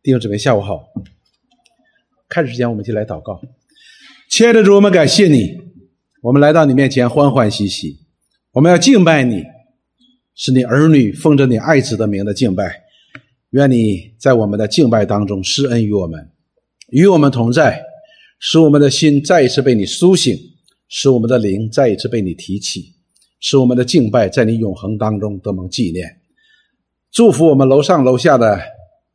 弟兄姊妹下午好。开始之前我们一起来祷告。亲爱的主，我们感谢你，我们来到你面前欢欢喜喜，我们要敬拜你，是你儿女奉着你爱子的名的敬拜。愿你在我们的敬拜当中施恩于我们，与我们同在，使我们的心再一次被你苏醒，使我们的灵再一次被你提起，使我们的敬拜在你永恒当中得蒙纪念。祝福我们楼上楼下的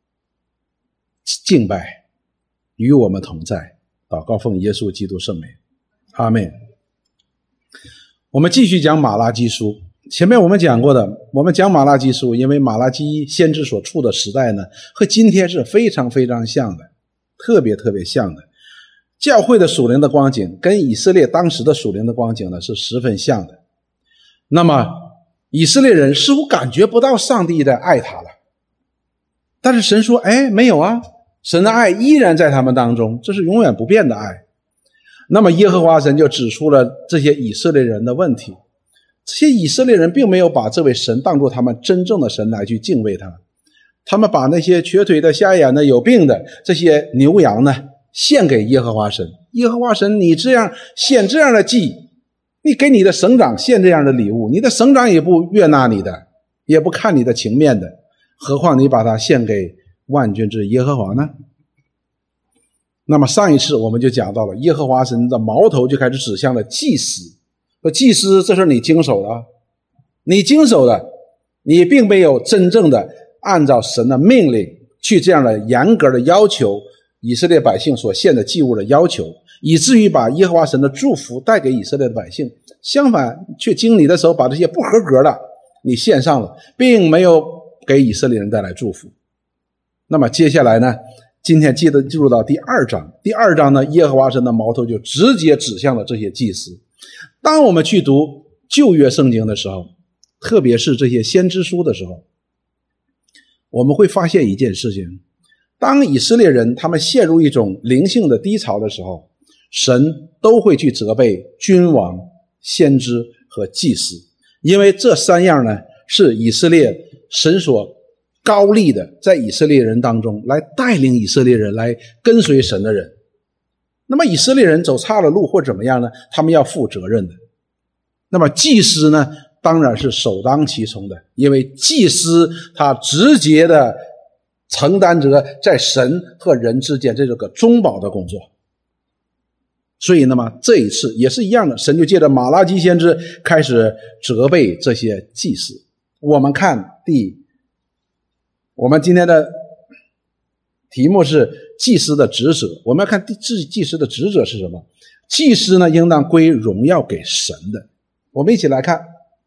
敬拜，与我们同在。祷告奉耶稣基督圣名，阿们。我们继续讲马拉基书。前面我们讲过的，我们讲马拉基书，因为马拉基先知所处的时代呢，和今天是非常非常像的，特别特别像的。教会的属灵的光景跟以色列当时的属灵的光景呢是十分像的。那么以色列人似乎感觉不到上帝的爱他了，但是神说没有啊，神的爱依然在他们当中，这是永远不变的爱。那么耶和华神就指出了这些以色列人的问题，这些以色列人并没有把这位神当作他们真正的神来去敬畏他，他们把那些瘸腿的、瞎眼的、有病的这些牛羊呢献给耶和华神。耶和华神，你这样献这样的祭，你给你的省长献这样的礼物，你的省长也不悦纳你的，也不看你的情面的，何况你把它献给万军之耶和华呢？那么上一次我们就讲到了，耶和华神的矛头就开始指向了祭司。说祭司，这是你经手的，你经手的，你并没有真正的按照神的命令去这样的严格的要求以色列百姓所献的祭物的要求，以至于把耶和华神的祝福带给以色列的百姓。相反，却经你的手把这些不合格的你献上了，并没有给以色列人带来祝福。那么接下来呢，今天记得进入到第二章。第二章呢，耶和华神的矛头就直接指向了这些祭司。当我们去读旧约圣经的时候，特别是这些先知书的时候，我们会发现一件事情，当以色列人他们陷入一种灵性的低潮的时候，神都会去责备君王、先知和祭司，因为这三样呢是以色列神所高立的，在以色列人当中来带领以色列人来跟随神的人。那么以色列人走差了路或怎么样呢，他们要负责任的。那么祭司呢，当然是首当其冲的，因为祭司他直接的承担着在神和人之间这个中保的工作。所以那么这一次也是一样的，神就借着马拉基先知开始责备这些祭司。我们看我们今天的题目是祭司的职责，我们要看祭司的职责是什么。祭司呢，应当归荣耀给神的。我们一起来看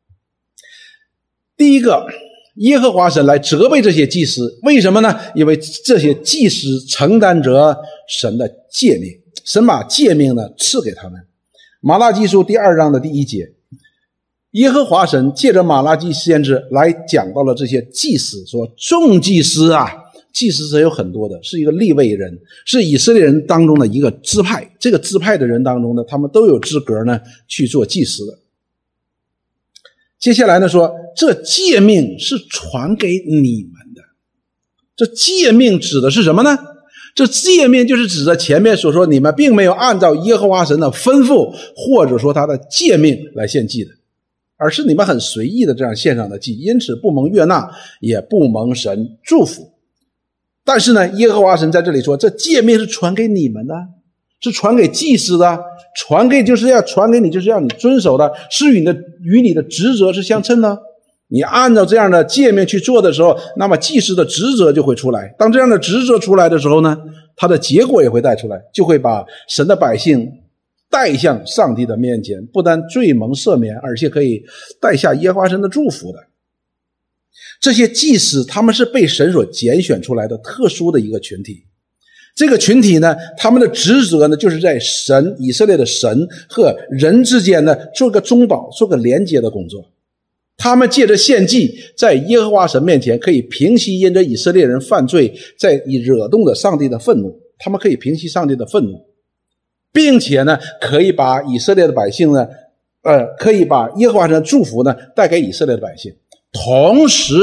第一个，耶和华神来责备这些祭司，为什么呢？因为这些祭司承担着神的诫命，神把诫命呢赐给他们。马拉基书第二章的第1节，耶和华神借着马拉基先知来讲到了这些祭司，说众祭司啊，祭司是有很多的，是一个利未人，是以色列人当中的一个支派，这个支派的人当中呢，他们都有资格呢去做祭司的。接下来呢说，这诫命是传给你们的。这诫命指的是什么呢？这诫命就是指着前面所说你们并没有按照耶和华神的吩咐或者说他的诫命来献祭的，而是你们很随意的这样献上的祭，因此不蒙悦纳，也不蒙神祝福。但是呢，耶和华神在这里说，这诫命是传给你们的，是传给祭司的，就是要传给你，就是要你遵守的，是与你的职责是相称的。你按照这样的诫命去做的时候，那么祭司的职责就会出来。当这样的职责出来的时候呢，它的结果也会带出来，就会把神的百姓带向上帝的面前，不但罪蒙赦免，而且可以带下耶和华神的祝福的。这些祭司他们是被神所拣选出来的特殊的一个群体。这个群体呢，他们的职责呢，就是在神以色列的神和人之间呢做个中保，做个连接的工作。他们借着献祭在耶和华神面前可以平息因着以色列人犯罪在惹动了上帝的愤怒，他们可以平息上帝的愤怒，并且呢可以把以色列的百姓呢可以把耶和华神的祝福呢带给以色列的百姓。同时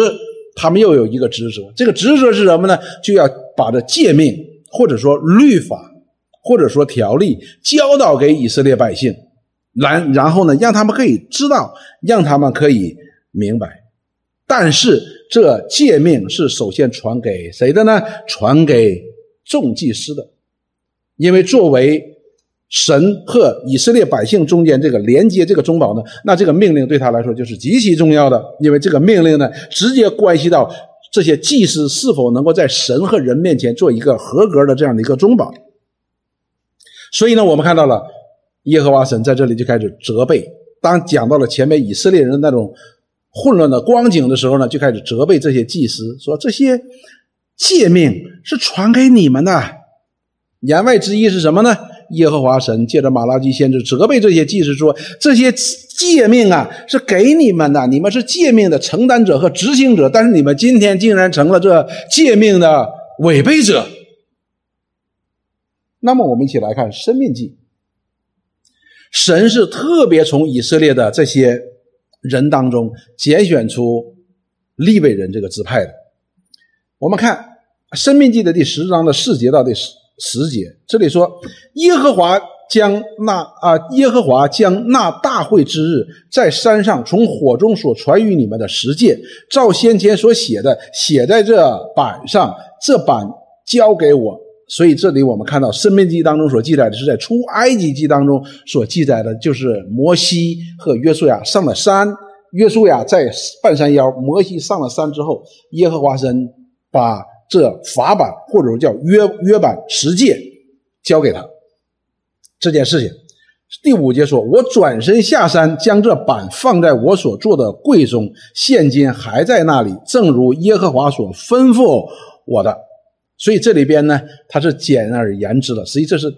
他们又有一个职责，这个职责是什么呢？就要把这诫命或者说律法或者说条例教导给以色列百姓，然后呢让他们可以知道，让他们可以明白。但是这诫命是首先传给谁的呢？传给众祭司的。因为作为神和以色列百姓中间这个连接这个中保呢，那这个命令对他来说就是极其重要的，因为这个命令呢直接关系到这些祭司是否能够在神和人面前做一个合格的这样的一个中保。所以呢我们看到了耶和华神在这里就开始责备，当讲到了前面以色列人那种混乱的光景的时候呢，就开始责备这些祭司，说这些诫命是传给你们的。言外之意是什么呢？耶和华神借着马拉基先知责备这些祭司说，这些诫命啊是给你们的，你们是诫命的承担者和执行者，但是你们今天竟然成了这诫命的违背者。那么我们一起来看申命记，神是特别从以色列的这些人当中拣选出利未人这个支派的。我们看申命记的第10章的4节到第10节，这里说耶和华将那大会之日在山上从火中所传于你们的十诫，照先前所写的写在这板上，这板交给我。所以这里我们看到申命记当中所记载的是在出埃及记当中所记载的，就是摩西和约书亚上了山，约书亚在半山腰，摩西上了山之后，耶和华神把这法版或者说叫约版十诫交给他这件事情。第5节说，我转身下山，将这版放在我所做的柜中，现今还在那里，正如耶和华所吩咐我的。所以这里边呢它是简而言之的，实际这是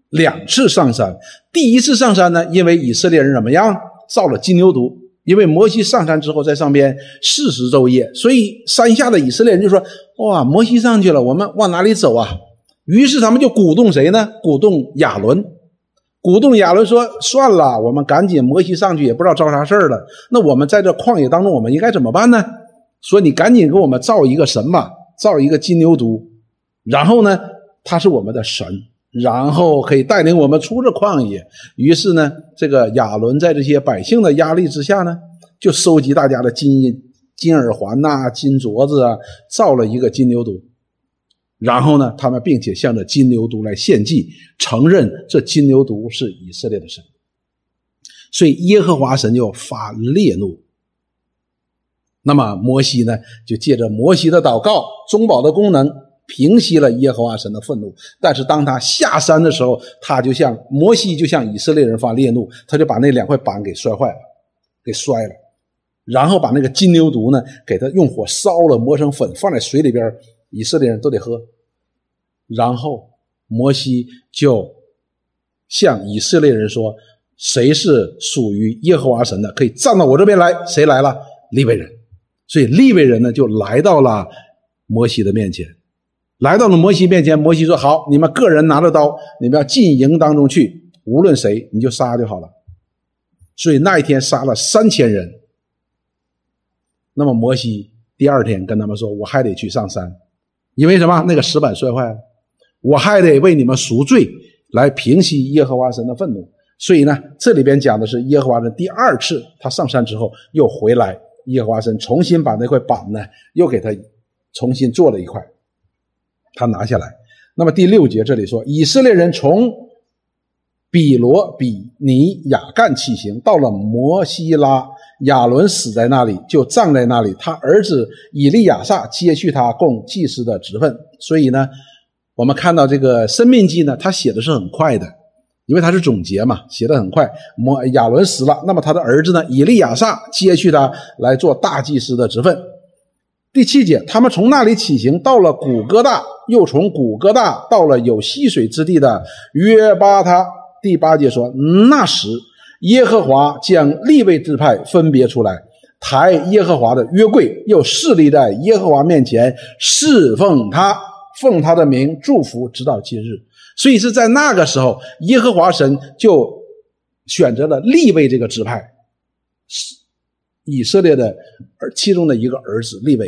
2次上山。第一次上山呢，因为以色列人怎么样造了金牛犊，因为摩西上山之后在上边40昼夜，所以山下的以色列人就说，哇，摩西上去了，我们往哪里走啊？于是他们就鼓动谁呢？鼓动亚伦。鼓动亚伦说，算了，我们赶紧，摩西上去也不知道招啥事儿了，那我们在这旷野当中我们应该怎么办呢？说你赶紧给我们造一个神吧，造一个金牛犊，然后呢他是我们的神，然后可以带领我们出这旷野。于是呢这个亚伦在这些百姓的压力之下呢，就收集大家的金耳环啊，金镯子啊，造了一个金牛犊。然后呢他们并且向着金牛犊来献祭，承认这金牛犊是以色列的神。所以耶和华神就发烈怒。那么摩西呢就借着摩西的祷告，中保的功能平息了耶和华神的愤怒。但是当他下山的时候，摩西就向以色列人发烈怒，他就把那2块板给摔坏了，给摔了，然后把那个金牛犊呢给他用火烧了，磨成粉，放在水里边，以色列人都得喝。然后摩西就向以色列人说，谁是属于耶和华神的，可以站到我这边来。谁来了？利未人。所以利未人呢就来到了摩西的面前，来到了摩西面前。摩西说，好，你们个人拿着刀，你们要进营当中去，无论谁你就杀就好了。所以那一天杀了3000人。那么摩西第2天跟他们说，我还得去上山，因为什么？那个石板摔坏了，我还得为你们赎罪，来平息耶和华神的愤怒。所以呢这里边讲的是耶和华神第2次他上山之后又回来，耶和华神重新把那块板呢又给他重新做了一块，他拿下来。那么第6节这里说，以色列人从比罗比尼雅干起行，到了摩西拉，亚伦死在那里，就葬在那里，他儿子以利亚撒接续他供祭司的职分。所以呢我们看到这个申命记呢，他写的是很快的，因为他是总结嘛，写得很快。亚伦死了，那么他的儿子呢以利亚撒接续他来做大祭司的职分。第7节，他们从那里起行，到了古哥大，又从古哥大到了有溪水之地的约巴他。第8节说，那时耶和华将利未支派分别出来，抬耶和华的约柜，又侍立在耶和华面前，侍奉他，奉他的名祝福，直到今日。所以是在那个时候，耶和华神就选择了利未这个支派，以色列的其中的一个儿子利未，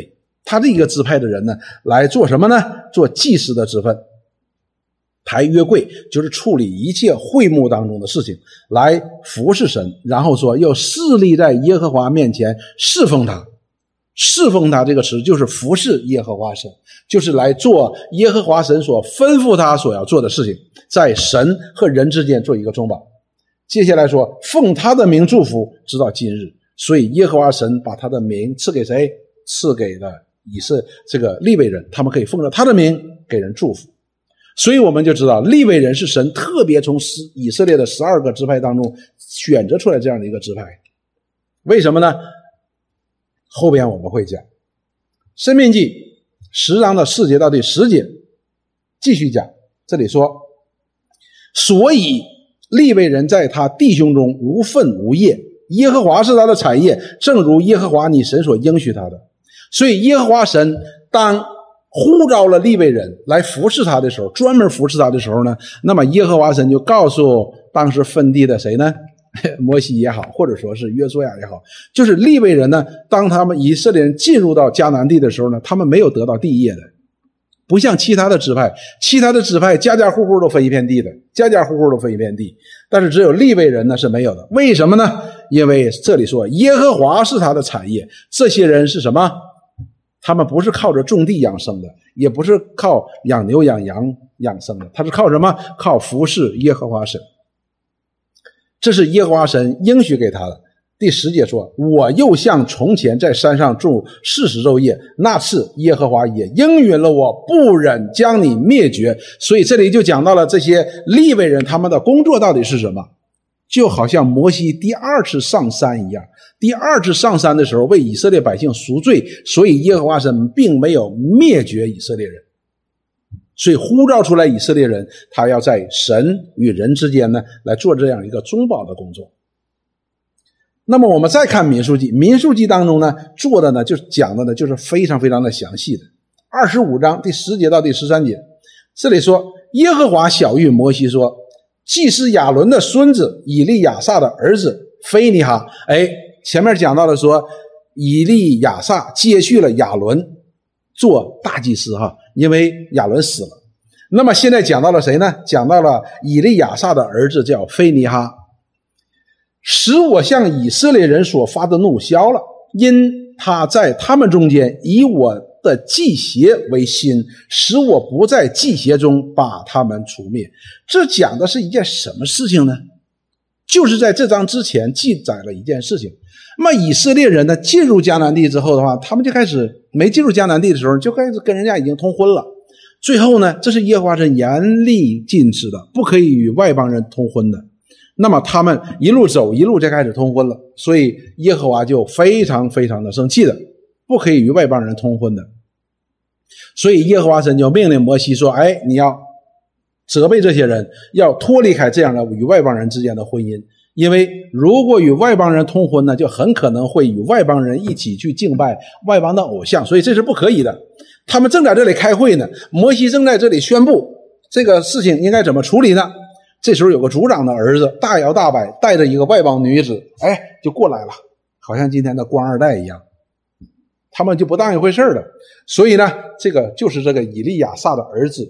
他这个支派的人呢，来做什么呢？做祭司的职分，抬约柜，就是处理一切会幕当中的事情，来服侍神。然后说要侍立在耶和华面前侍奉他。侍奉他这个词就是服侍耶和华神，就是来做耶和华神所吩咐他所要做的事情，在神和人之间做一个中保。接下来说奉他的名祝福直到今日，所以耶和华神把他的名赐给谁？赐给了这个利未人，他们可以奉着他的名给人祝福。所以我们就知道利未人是神特别从以色列的12个支派当中选择出来这样的一个支派。为什么呢？后边我们会讲申命记10章的4节到第10节继续讲。这里说，所以利未人在他弟兄中无分无业，耶和华是他的产业，正如耶和华你神所应许他的。所以耶和华神当呼召了利未人来服侍他的时候，专门服侍他的时候呢，那么耶和华神就告诉当时分地的谁呢？摩西也好，或者说是约书亚也好，就是利未人呢，当他们以色列人进入到迦南地的时候呢，他们没有得到地业的，不像其他的支派家家户户都分一片地的，但是只有利未人呢是没有的。为什么呢？因为这里说耶和华是他的产业，这些人是什么？他们不是靠着种地养生的，也不是靠养牛养羊养生的，他是靠什么？靠服侍耶和华神。这是耶和华神应许给他的。第10节说，我又像从前在山上住40昼夜，那次耶和华也应允了我，不忍将你灭绝。所以这里就讲到了这些利未人他们的工作到底是什么，就好像摩西第2次上山一样。第2次上山的时候为以色列百姓赎罪，所以耶和华神并没有灭绝以色列人，所以呼召出来以色列人，他要在神与人之间呢来做这样一个中保的工作。那么我们再看民数记当中呢做的呢就是讲的呢就是非常非常的详细的。25章第10节到第13节，这里说耶和华晓谕摩西说，祭司亚伦的孙子以利亚撒的儿子非尼哈，前面讲到了说以利亚撒接续了亚伦做大祭司因为亚伦死了。那么现在讲到了谁呢？讲到了以利亚撒的儿子叫非尼哈，使我向以色列人所发的怒消了，因他在他们中间以我的祭邪为心，使我不在祭邪中把他们除灭。这讲的是一件什么事情呢？就是在这章之前记载了一件事情。那么以色列人呢进入迦南地之后的话，他们就开始没进入迦南地的时候就开始跟人家已经通婚了。最后呢，这是耶和华神严厉禁止的，不可以与外邦人通婚的。那么他们一路走一路就开始通婚了，所以耶和华就非常非常的生气的，不可以与外邦人通婚的。所以耶和华神就命令摩西说，你要责备这些人，要脱离开这样的与外邦人之间的婚姻，因为如果与外邦人通婚呢，就很可能会与外邦人一起去敬拜外邦的偶像，所以这是不可以的。他们正在这里开会呢，摩西正在这里宣布这个事情应该怎么处理呢。这时候有个族长的儿子大摇大摆带着一个外邦女子就过来了，好像今天的官二代一样，他们就不当一回事了。所以呢，这个就是这个以利亚撒的儿子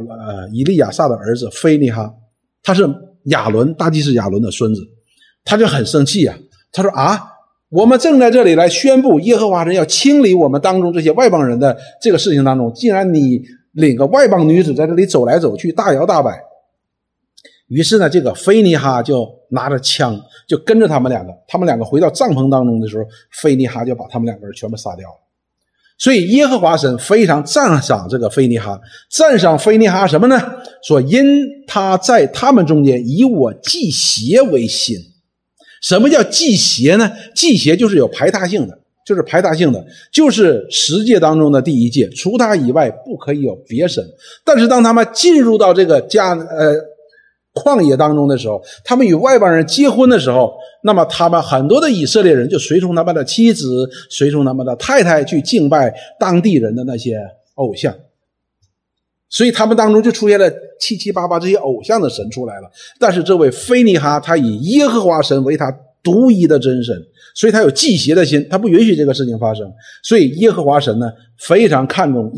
非尼哈，他是大祭司亚伦的孙子，他就很生气他说我们正在这里来宣布耶和华神要清理我们当中这些外邦人的这个事情当中，既然你领个外邦女子在这里走来走去大摇大摆。于是呢，这个非尼哈就拿着枪就跟着他们两个回到帐篷当中的时候，非尼哈就把他们两个人全部杀掉了。所以耶和华神非常赞赏这个非尼哈，赞赏非尼哈什么呢？说因他在他们中间以我祭邪为心。什么叫祭邪呢？祭邪就是有排他性的，就是十诫当中的第一诫，除他以外不可以有别神。但是当他们进入到这个旷野当中的时候，他们与外邦人结婚的时候，那么他们很多的以色列人就随从他们的妻子，随从他们的太太去敬拜当地人的那些偶像，所以他们当中就出现了七七八八这些偶像的神出来了。但是这位非尼哈他以耶和华神为他独一的真神，所以他有忌邪的心，他不允许这个事情发生。所以耶和华神呢非常看重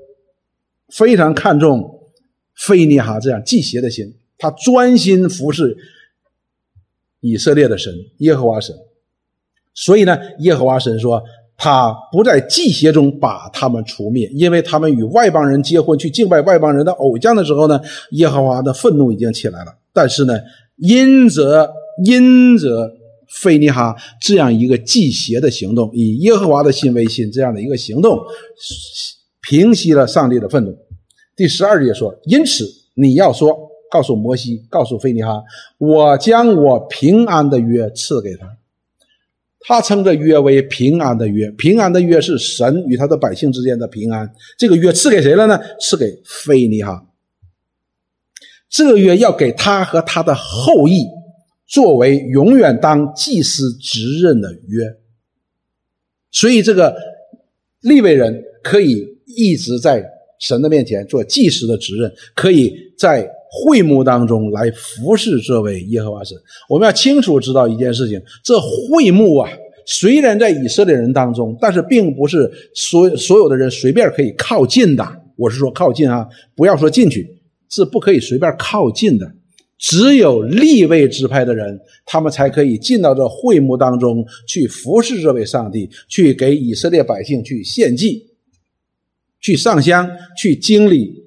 非尼哈这样忌邪的心，他专心服侍以色列的神耶和华神。所以呢耶和华神说他不在忌邪中把他们除灭，因为他们与外邦人结婚，去敬拜外邦人的偶像的时候呢，耶和华的愤怒已经起来了。但是呢因着非尼哈这样一个忌邪的行动，以耶和华的心为心这样的一个行动，平息了上帝的愤怒。第12节说，因此你要说，告诉摩西，告诉非尼哈，我将我平安的约赐给他。他称这约为平安的约，平安的约是神与他的百姓之间的平安。这个约赐给谁了呢？赐给非尼哈。这个约要给他和他的后裔作为永远当祭司职任的约。所以这个利未人可以一直在神的面前做祭司的职任，可以在会幕当中来服侍这位耶和华神。我们要清楚知道一件事情，这会幕啊，虽然在以色列人当中，但是并不是所有的人随便可以靠近的。我是说靠近啊，不要说进去，是不可以随便靠近的。只有利未支派的人，他们才可以进到这会幕当中去服侍这位上帝，去给以色列百姓去献祭，去上香，去经历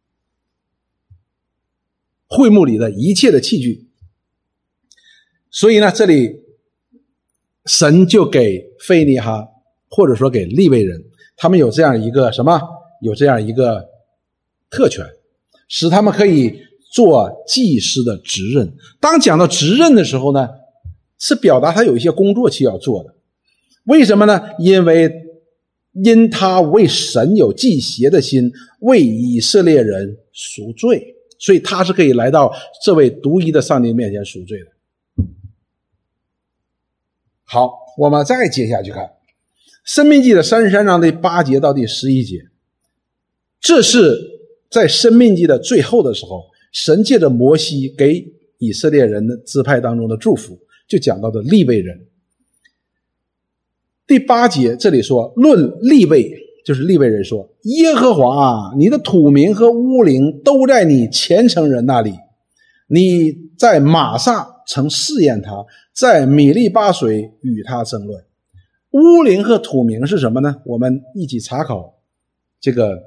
会幕里的一切的器具。所以呢，这里神就给非尼哈，或者说给利未人，他们有这样一个什么？有这样一个特权，使他们可以做祭司的职任。当讲到职任的时候呢，是表达他有一些工作期要做的。为什么呢？因他为神有忌邪的心，为以色列人赎罪，所以他是可以来到这位独一的上帝面前赎罪的。好，我们再接下去看申命记的33章第8节到第11节，这是在申命记的最后的时候，神借着摩西给以色列人的支派当中的祝福，就讲到的利未人。第8节这里说，论利未，就是利未人说，耶和华啊，你的土民和乌灵都在你虔诚人那里，你在玛撒曾试验他，在米利巴水与他争论。乌灵和土民是什么呢？我们一起查考这个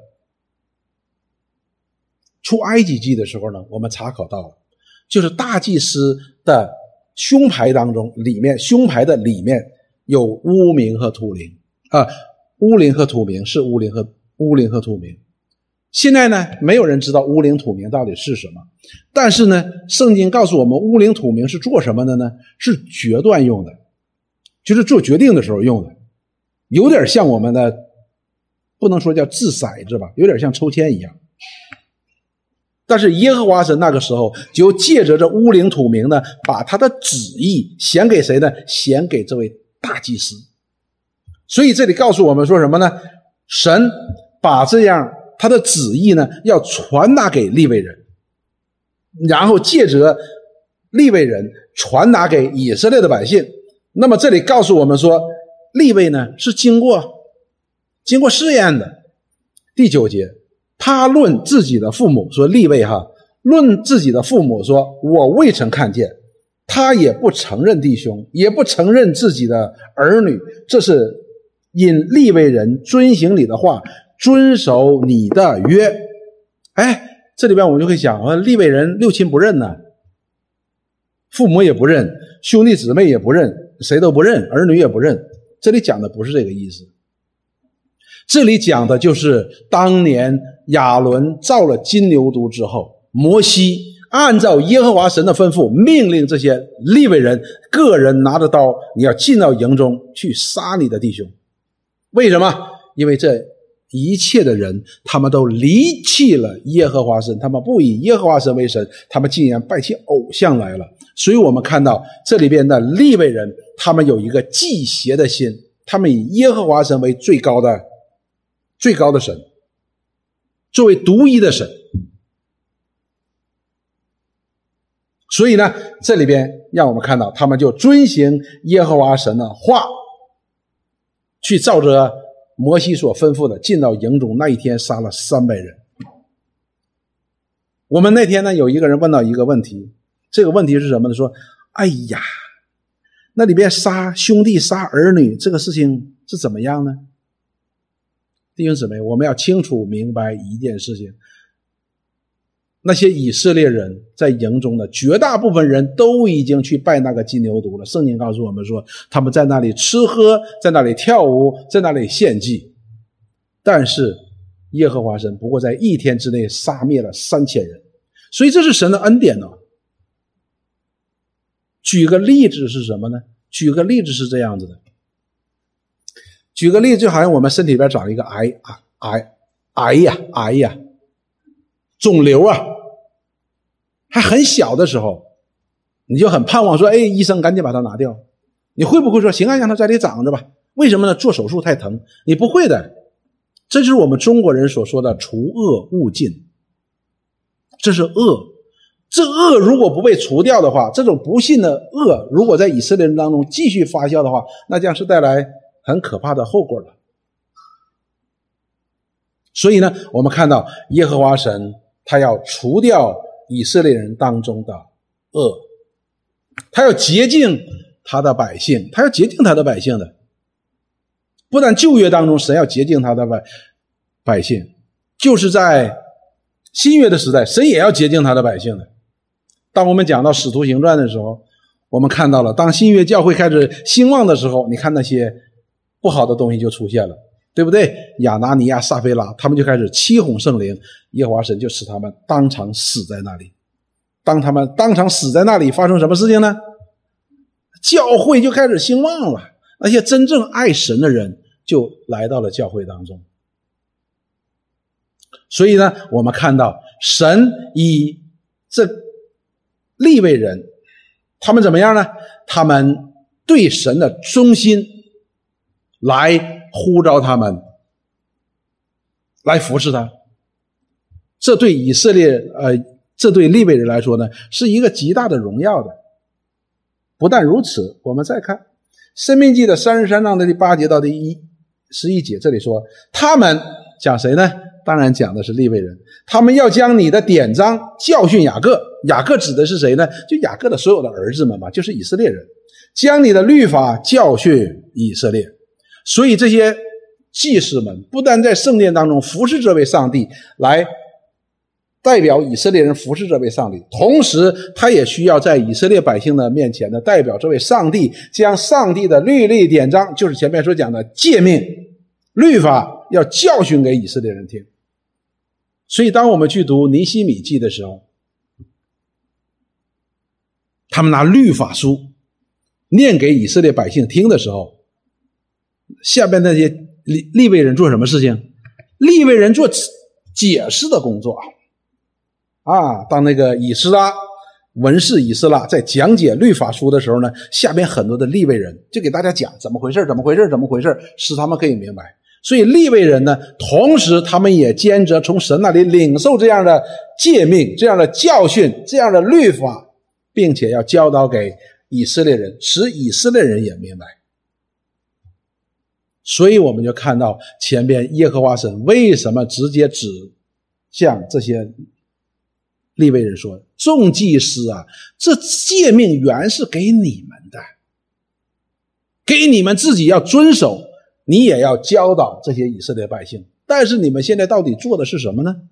出埃及记的时候呢，我们查考到了，就是大祭司的胸牌当中，胸牌的里面有乌灵和土灵乌灵和土民是乌灵和土民。现在呢，没有人知道乌灵土民到底是什么，但是呢，圣经告诉我们，乌灵土民是做什么的呢？是决断用的，就是做决定的时候用的，有点像我们的，不能说叫掷骰子吧，有点像抽签一样。但是耶和华神那个时候就借着这乌灵土民呢，把他的旨意显给谁呢？显给这位大祭司。所以这里告诉我们说什么呢？神把这样他的旨意呢，要传达给利未人，然后借着利未人传达给以色列的百姓。那么这里告诉我们说，利未呢是经过试验的。第9节，他论自己的父母，说利未论自己的父母说，我未曾看见，他也不承认弟兄，也不承认自己的儿女，这是因利未人遵行你的话，遵守你的约。这里边我们就会想，利未人六亲不认呢，父母也不认，兄弟姊妹也不认，谁都不认，儿女也不认。这里讲的不是这个意思，这里讲的就是当年亚伦造了金牛犊之后，摩西按照耶和华神的吩咐，命令这些利未人个人拿着刀，你要进到营中去杀你的弟兄。为什么？因为这一切的人他们都离弃了耶和华神，他们不以耶和华神为神，他们竟然拜起偶像来了。所以我们看到这里边的利未人，他们有一个忌邪的心，他们以耶和华神为最高的神，作为独一的神。 所以呢，这里边让我们看到他们就遵行耶和华神的话，去照着摩西所吩咐的进到营中，那一天杀了300人。我们那天呢，有一个人问到一个问题，这个问题是什么呢？说哎呀，那里边杀兄弟杀儿女这个事情是怎么样呢？弟兄姊妹，我们要清楚明白一件事情，那些以色列人在营中的绝大部分人都已经去拜那个金牛犊了。圣经告诉我们说，他们在那里吃喝，在那里跳舞，在那里献祭。但是耶和华神不过在一天之内杀灭了3000人，所以这是神的恩典呢。举个例子是什么呢？举个例子是这样子的，举个例子就好像我们身体里边长一个癌呀，肿瘤啊，还很小的时候，你就很盼望说，医生赶紧把它拿掉。你会不会说，行啊，让它在这里长着吧？为什么呢？做手术太疼。你不会的。这就是我们中国人所说的除恶务尽。这是恶。这恶如果不被除掉的话，这种不信的恶如果在以色列人当中继续发酵的话，那将是带来很可怕的后果了。所以呢，我们看到耶和华神他要除掉以色列人当中的恶，他要洁净他的百姓，他要洁净他的百姓的。不但旧约当中神要洁净他的百姓，就是在新约的时代，神也要洁净他的百姓的。当我们讲到使徒行传的时候，我们看到了当新约教会开始兴旺的时候，你看那些不好的东西就出现了，对不对？亚拿尼亚、撒非拉他们就开始欺哄圣灵，耶和华神就使他们当场死在那里。当他们当场死在那里，发生什么事情呢？教会就开始兴旺了，那些真正爱神的人就来到了教会当中。所以呢，我们看到神以这利未人他们怎么样呢？他们对神的忠心来呼召他们来服侍他。这对以色列这对利未人来说呢，是一个极大的荣耀的。不但如此，我们再看申命记的33章的第8节到第11节，这里说他们讲谁呢？当然讲的是利未人。他们要将你的典章教训雅各，雅各指的是谁呢？就雅各的所有的儿子们嘛，就是以色列人。将你的律法教训以色列。所以这些祭司们不但在圣殿当中服侍这位上帝，来代表以色列人服侍这位上帝，同时他也需要在以色列百姓的面前呢，代表这位上帝，将上帝的律例典章，就是前面所讲的诫命律法，要教训给以色列人听。所以当我们去读尼希米记的时候，他们拿律法书念给以色列百姓听的时候，下边那些利未人做什么事情？利未人做解释的工作啊。当那个文士以斯拉在讲解律法书的时候呢，下边很多的利未人就给大家讲怎么回事，使他们可以明白。所以利未人呢，同时他们也兼着从神那里领受这样的诫命，这样的教训，这样的律法，并且要教导给以色列人，使以色列人也明白。所以我们就看到前边耶和华神为什么直接指向这些利未人说，众祭司啊，这诫命原是给你们的，给你们自己要遵守，你也要教导这些以色列百姓。但是你们现在到底做的是什么呢？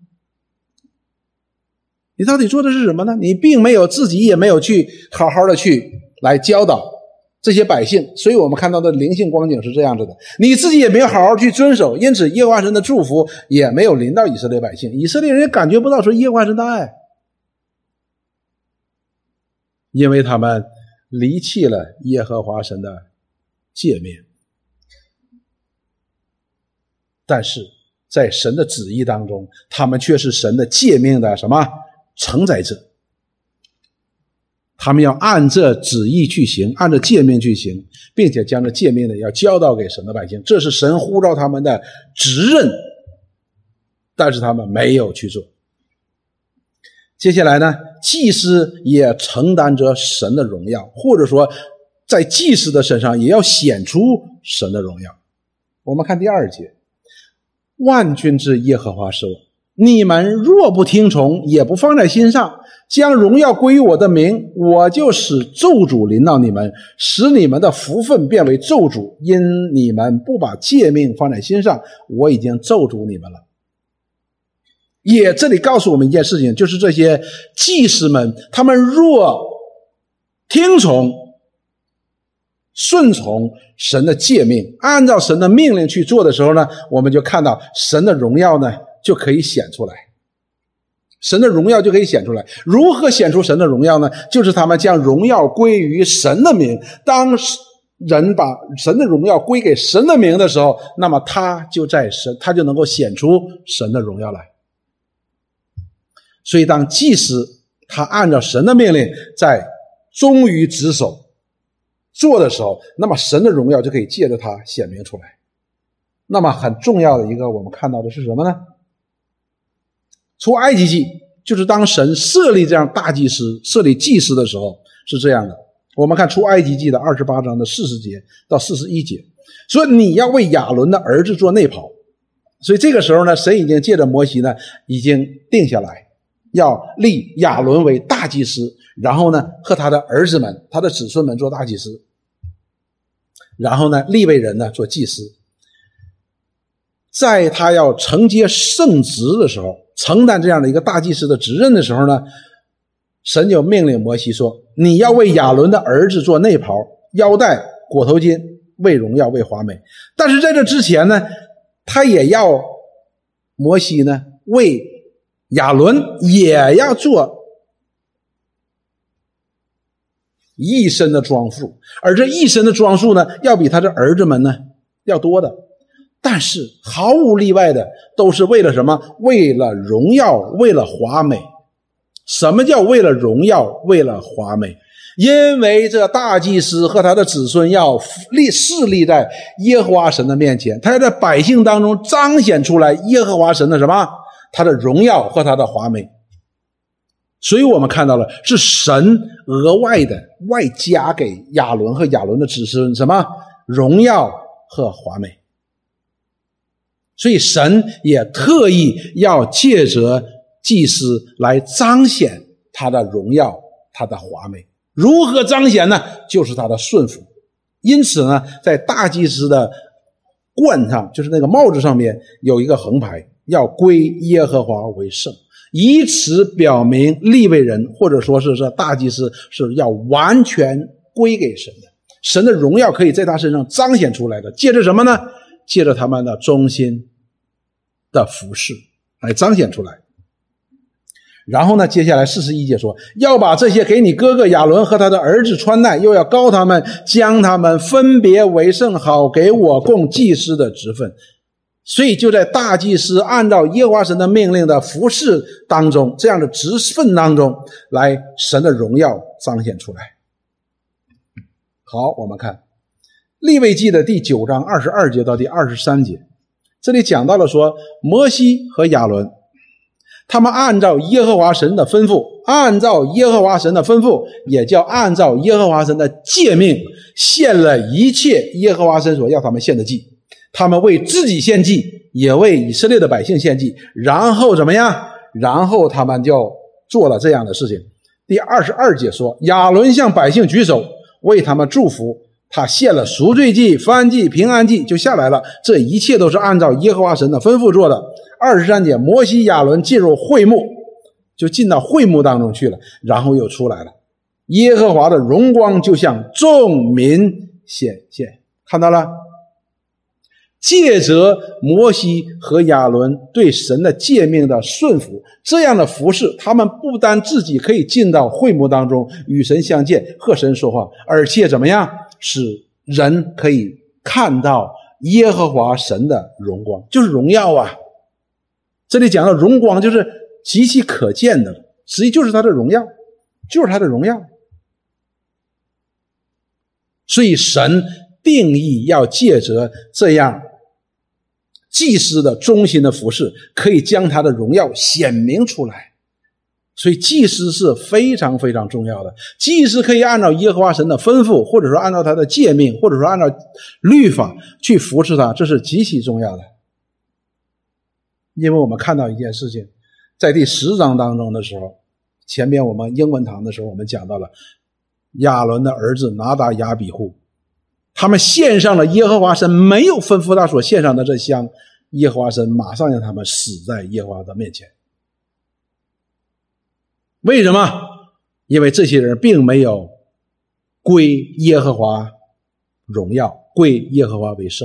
你到底做的是什么呢？你并没有自己也没有去好好的去来教导这些百姓。所以我们看到的灵性光景是这样子的，你自己也没有好好去遵守，因此耶和华神的祝福也没有临到以色列百姓，以色列人也感觉不到说耶和华神的爱，因为他们离弃了耶和华神的诫命。但是在神的旨意当中，他们却是神的诫命的什么？承载者。他们要按这旨意去行，按着诫命去行，并且将这诫命呢要教导给神的百姓，这是神呼召他们的职任，但是他们没有去做。 接下来呢，祭司也承担着神的荣耀，或者说在祭司的身上也要显出神的荣耀。我们看第2节，万军之耶和华说，你们若不听从，也不放在心上，将荣耀归于我的名，我就使咒诅临到你们，使你们的福分变为咒诅，因你们不把诫命放在心上，我已经咒诅你们了。也这里告诉我们一件事情，就是这些祭司们，他们若听从顺从神的诫命，按照神的命令去做的时候呢，我们就看到神的荣耀呢就可以显出来，神的荣耀就可以显出来。如何显出神的荣耀呢？就是他们将荣耀归于神的名。当人把神的荣耀归给神的名的时候，那么他就能够显出神的荣耀来。所以当祭司他按照神的命令在忠于职守做的时候，那么神的荣耀就可以借着他显明出来。那么很重要的一个我们看到的是什么呢？出埃及记就是当神设立这样大祭司，设立祭司的时候是这样的。我们看出埃及记的28章的40节到41节，说你要为亚伦的儿子做内袍。所以这个时候呢，神已经借着摩西呢已经定下来，要立亚伦为大祭司，然后呢和他的儿子们他的子孙们做大祭司，然后呢利未人呢做祭司。在他要承接圣职的时候，承担这样的一个大祭司的职任的时候呢，神就命令摩西说，你要为亚伦的儿子做内袍、腰带、裹头巾，为荣耀为华美。但是在这之前呢，他也要摩西呢为亚伦也要做一身的装束，而这一身的装束呢要比他的儿子们呢要多的。但是毫无例外的都是为了什么？为了荣耀，为了华美。什么叫为了荣耀，为了华美？因为这大祭司和他的子孙要侍立在耶和华神的面前，他要在百姓当中彰显出来耶和华神的什么？他的荣耀和他的华美。所以我们看到了是神额外的外加给亚伦和亚伦的子孙什么？荣耀和华美。所以神也特意要借着祭司来彰显他的荣耀，他的华美。如何彰显呢？就是他的顺服。因此呢，在大祭司的冠上，就是那个帽子上面有一个横牌，要归耶和华为圣，以此表明利未人或者说是大祭司是要完全归给神的，神的荣耀可以在他身上彰显出来的。借着什么呢？借着他们的忠心的服事来彰显出来。然后呢，接下来41节说，要把这些给你哥哥亚伦和他的儿子穿戴，又要膏他们，将他们分别为圣，好给我供祭司的职分。所以就在大祭司按照耶和华神的命令的服事当中，这样的职分当中，来神的荣耀彰显出来。好，我们看利未记的第9章22节到第23节，这里讲到了说，摩西和亚伦他们按照耶和华神的吩咐，按照耶和华神的吩咐，也叫按照耶和华神的诫命，献了一切耶和华神所要他们献的祭。他们为自己献祭，也为以色列的百姓献祭。然后怎么样？然后他们就做了这样的事情。第22节说，亚伦向百姓举手，为他们祝福，他献了赎罪祭、燔祭、平安祭，就下来了。这一切都是按照耶和华神的吩咐做的。23节，摩西亚伦进入会幕，就进到会幕当中去了，然后又出来了。耶和华的荣光就向众民显现。看到了？借着摩西和亚伦对神的诫命的顺服，这样的服事，他们不单自己可以进到会幕当中与神相见，和神说话，而且怎么样？使人可以看到耶和华神的荣光，就是荣耀啊。这里讲到荣光，就是极其可见的，实际就是他的荣耀，就是他的荣耀。所以神定义要借着这样祭司的忠心的服事，可以将他的荣耀显明出来。 所以祭司是非常非常重要的。祭司可以按照耶和华神的吩咐，或者说按照他的诫命，或者说按照律法去服侍他，这是极其重要的。因为我们看到一件事情，在第10章当中的时候，前面我们英文堂的时候我们讲到了亚伦的儿子拿达亚比户，他们献上了耶和华神没有吩咐他所献上的这香，耶和华神马上让他们死在耶和华的面前。为什么？因为这些人并没有归耶和华荣耀，归耶和华为圣。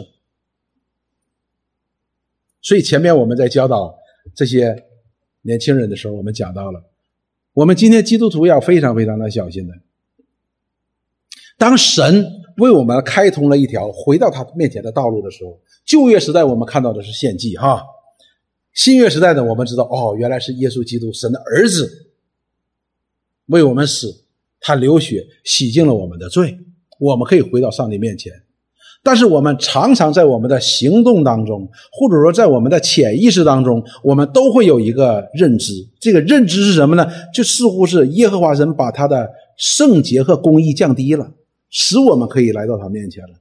所以前面我们在教导这些年轻人的时候，我们讲到了，我们今天基督徒要非常非常的小心的。当神为我们开通了一条回到他面前的道路的时候，旧约时代我们看到的是献祭哈，新约时代的我们知道原来是耶稣基督神的儿子为我们死，他流血洗净了我们的罪，我们可以回到上帝面前。但是我们常常在我们的行动当中，或者说在我们的潜意识当中，我们都会有一个认知，这个认知是什么呢？就似乎是耶和华神把他的圣洁和公义降低了，使我们可以来到他面前了，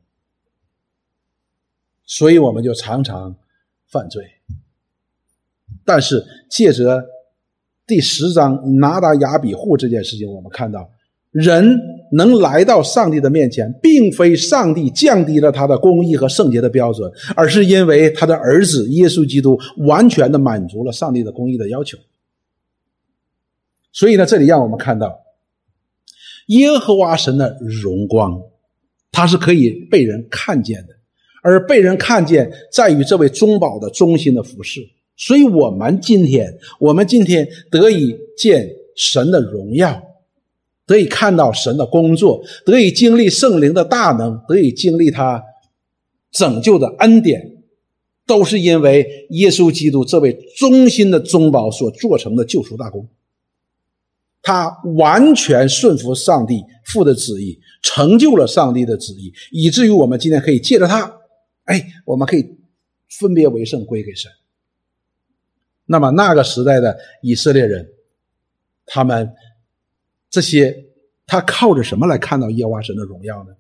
所以我们就常常犯罪。但是借着第10章拿达亚比户这件事情，我们看到人能来到上帝的面前，并非上帝降低了他的公义和圣洁的标准，而是因为他的儿子耶稣基督完全的满足了上帝的公义的要求。所以呢，这里让我们看到耶和华神的荣光，它是可以被人看见的，而被人看见在于这位中保的忠心的服侍。所以我们今天得以见神的荣耀，得以看到神的工作，得以经历圣灵的大能，得以经历他拯救的恩典，都是因为耶稣基督这位忠心的中保所做成的救赎大功。他完全顺服上帝父的旨意，成就了上帝的旨意，以至于我们今天可以借着他，我们可以分别为圣归给神。那么那个时代的以色列人，他们他靠着什么来看到耶和华神的荣耀呢？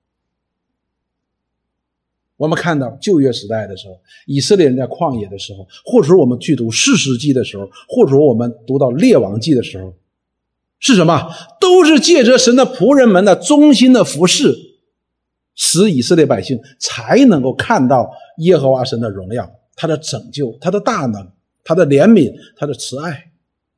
我们看到旧约时代的时候，以色列人在旷野的时候，或者说我们去读士师记的时候，或者说我们读到列王记的时候，是什么？都是借着神的仆人们的忠心的服侍，使以色列百姓才能够看到耶和华神的荣耀，他的拯救，他的大能，他的怜悯，他的慈爱。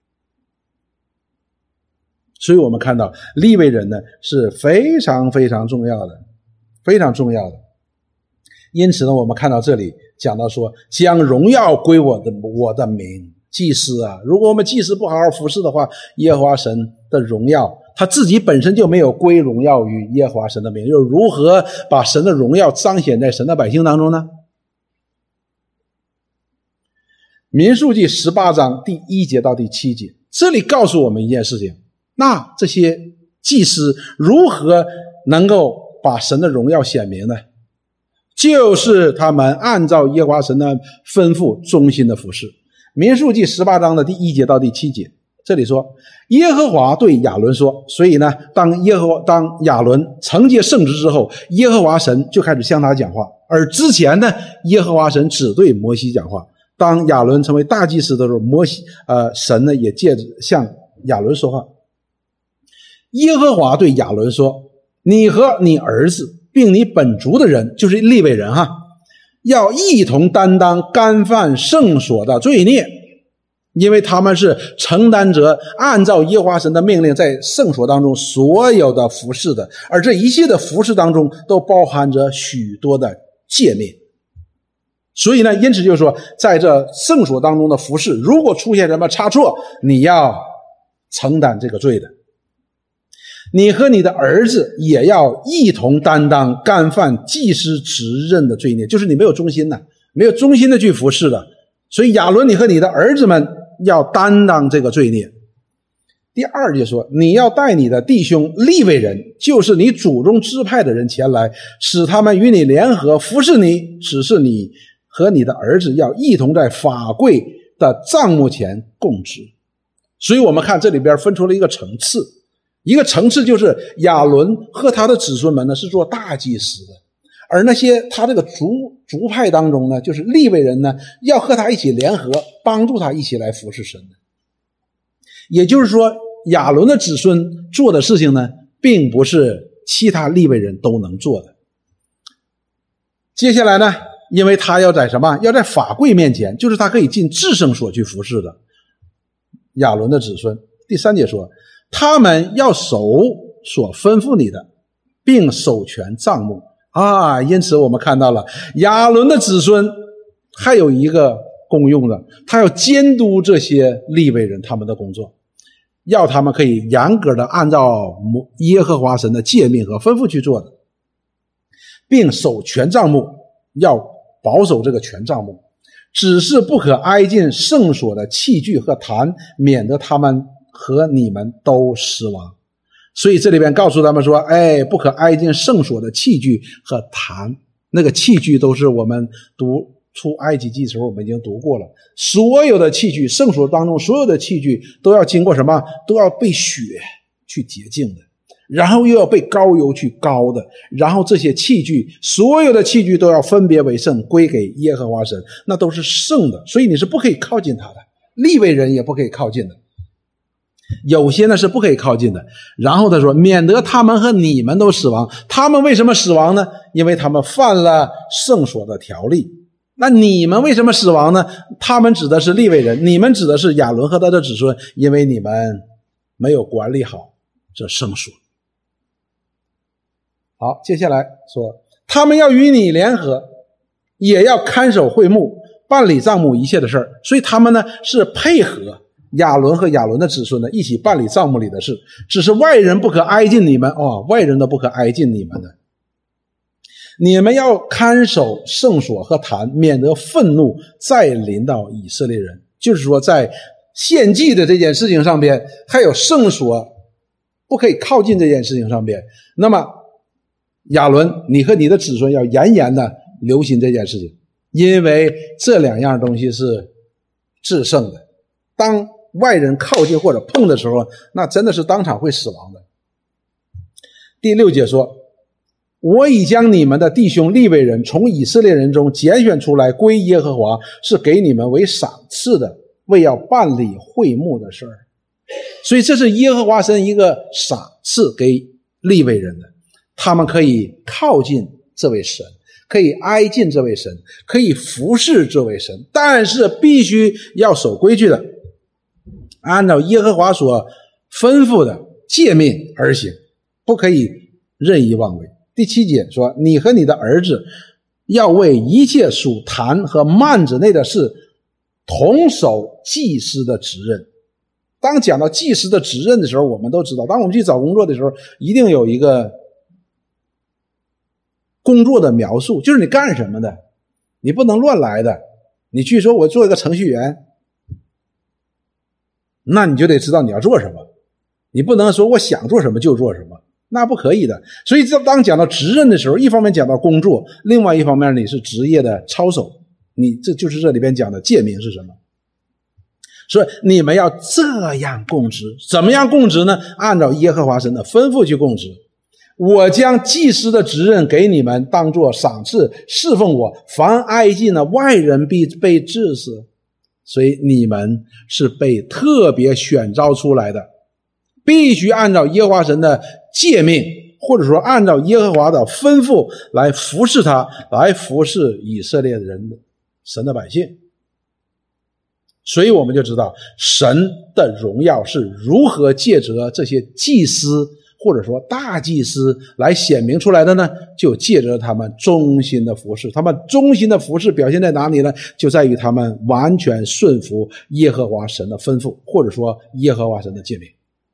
所以我们看到利未人呢是非常非常重要的，非常重要的。因此呢，我们看到这里讲到说，将荣耀归我的名。祭司啊，如果我们祭司不好好服侍的话，耶和华神的荣耀他自己本身就没有归荣耀于耶和华神的名，又如何把神的荣耀彰显在神的百姓当中呢？民数记18章第1节到第7节，这里告诉我们一件事情，那这些祭司如何能够把神的荣耀显明呢？就是他们按照耶和华神的吩咐忠心的服侍。民数记18章的第1节到第7节，这里说，耶和华对亚伦说，所以呢，当亚伦承接圣职之后，耶和华神就开始向他讲话，而之前呢，耶和华神只对摩西讲话。当亚伦成为大祭司的时候，神呢也借着向亚伦说话。耶和华对亚伦说，你和你儿子并你本族的人，就是利未人哈，要一同担当干犯圣所的罪孽，因为他们是承担着按照耶和华神的命令在圣所当中所有的服事的，而这一切的服事当中都包含着许多的诫命。所以呢，因此就是说，在这圣所当中的服事，如果出现什么差错，你要承担这个罪的。你和你的儿子也要一同担当干犯祭司职任的罪孽，就是你没有忠心的，没有忠心的去服侍的。所以亚伦，你和你的儿子们要担当这个罪孽。第2节说，你要带你的弟兄利未人，就是你祖宗支派的人前来，使他们与你联合服侍你，只是你和你的儿子要一同在法柜的帐幕前供职。 所以我们看这里边分出了一个层次，一个层次就是亚伦和他的子孙们呢是做大祭司的，而那些他这个族派当中呢，就是利未人呢，要和他一起联合，帮助他一起来服侍神的。也就是说，亚伦的子孙做的事情呢，并不是其他利未人都能做的。接下来呢，因为他要在什么？要在法柜面前，就是他可以进至圣所去服侍的亚伦的子孙。第3节说，他们要守所吩咐你的，并守全帐幕啊。因此我们看到了亚伦的子孙还有一个功用的，他要监督这些利未人他们的工作，要他们可以严格的按照耶和华神的诫命和吩咐去做的，并守全帐幕，要保守这个全帐幕，只是不可挨近圣所的器具和坛，免得他们和你们都死亡。所以这里边告诉他们说，不可挨近圣所的器具和坛。那个器具都是我们读出埃及记的时候我们已经读过了，所有的器具，圣所当中所有的器具都要经过什么？都要被血去洁净的，然后又要被膏油去膏的，然后这些器具，所有的器具都要分别为圣，归给耶和华神，那都是圣的，所以你是不可以靠近他的，利未人也不可以靠近的，有些呢是不可以靠近的。然后他说，免得他们和你们都死亡。他们为什么死亡呢？因为他们犯了圣所的条例。那你们为什么死亡呢？他们指的是利未人，你们指的是亚伦和他的子孙，因为你们没有管理好这圣所。好，接下来说，他们要与你联合，也要看守会幕，办理帐幕一切的事儿。所以他们呢是配合亚伦和亚伦的子孙呢一起办理帐幕里的事，只是外人不可挨近你们，外人都不可挨近你们的。你们要看守圣所和坛，免得愤怒再临到以色列人。就是说在献祭的这件事情上边，还有圣所不可以靠近这件事情上边，那么亚伦，你和你的子孙要严严的留心这件事情，因为这两样东西是至圣的，当外人靠近或者碰的时候，那真的是当场会死亡的。第6节说，我已将你们的弟兄利未人从以色列人中拣选出来归耶和华，是给你们为赏赐的，为要办理会幕的事儿。所以这是耶和华神一个赏赐给利未人的，他们可以靠近这位神，可以挨近这位神，可以服侍这位神，但是必须要守规矩的，按照耶和华所吩咐的诫命而行，不可以任意妄为。第7节说，你和你的儿子要为一切属坛和幔子内的事同守祭司的职任。当讲到祭司的职任的时候，我们都知道，当我们去找工作的时候，一定有一个工作的描述，就是你干什么的，你不能乱来的。你去说我做一个程序员，那你就得知道你要做什么，你不能说我想做什么就做什么，那不可以的。所以当讲到职任的时候，一方面讲到工作，另外一方面你是职业的操守，你这就是这里边讲的诫命是什么。所以你们要这样供职，怎么样供职呢？按照耶和华神的吩咐去供职。我将祭司的职任给你们，当作赏赐，侍奉我，凡挨近的外人必被治死。所以你们是被特别选召出来的，必须按照耶和华神的诫命，或者说按照耶和华的吩咐来服侍他，来服侍以色列人，神的百姓。所以我们就知道神的荣耀是如何借着这些祭司或者说大祭司来显明出来的呢？就借着他们忠心的服侍。他们忠心的服侍表现在哪里呢？就在于他们完全顺服耶和华神的吩咐，或者说耶和华神的诫命。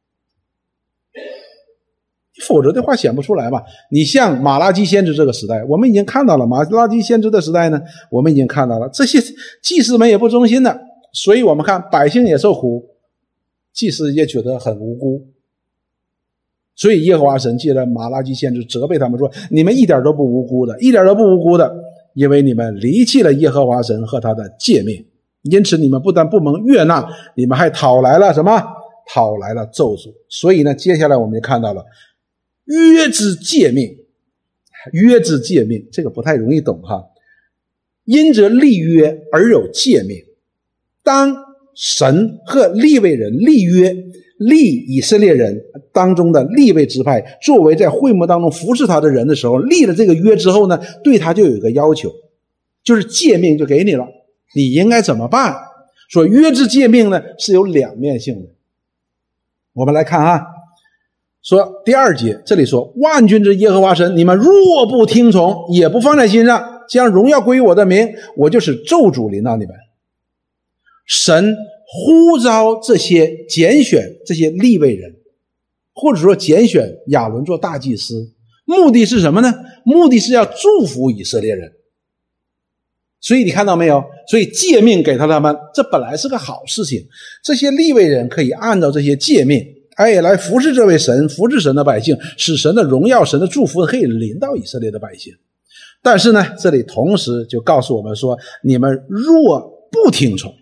否则的话显不出来嘛。你像马拉基先知这个时代，我们已经看到了，马拉基先知的时代呢，我们已经看到了这些祭司们也不忠心的，所以我们看百姓也受苦，祭司也觉得很无辜。所以耶和华神借着马拉基先知责备他们说，你们一点都不无辜的，一点都不无辜的，因为你们离弃了耶和华神和他的诫命。 因此你们不但不蒙悦纳，你们还讨来了什么？讨来了咒诅。所以呢，接下来我们就看到了约之诫命。约之诫命这个不太容易懂哈。因着立约而有诫命，当神和利未人立约，立以色列人当中的利未支派作为在会幕当中服侍他的人的时候，立了这个约之后呢，对他就有一个要求，就是诫命就给你了，你应该怎么办？说约之诫命呢是有两面性的。我们来看啊，说第2节这里说，万军之耶和华神，你们若不听从，也不放在心上，将荣耀归于我的名，我就使咒诅临到你们。神呼召这些拣选这些利未人，或者说拣选亚伦做大祭司，目的是什么呢？目的是要祝福以色列人。所以你看到没有？所以诫命给他们，这本来是个好事情，这些利未人可以按照这些诫命来服侍这位神，服侍神的百姓，使神的荣耀神的祝福可以临到以色列的百姓。但是呢，这里同时就告诉我们说，你们若不听从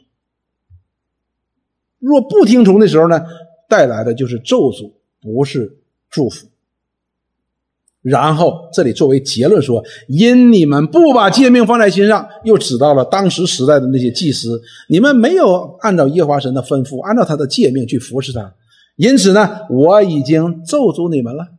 的时候呢，带来的就是咒诅，不是祝福。然后这里作为结论说，因你们不把诫命放在心上，又指到了当时时代的那些祭司，你们没有按照耶和华神的吩咐，按照他的诫命去服侍他，因此呢，我已经咒诅你们了。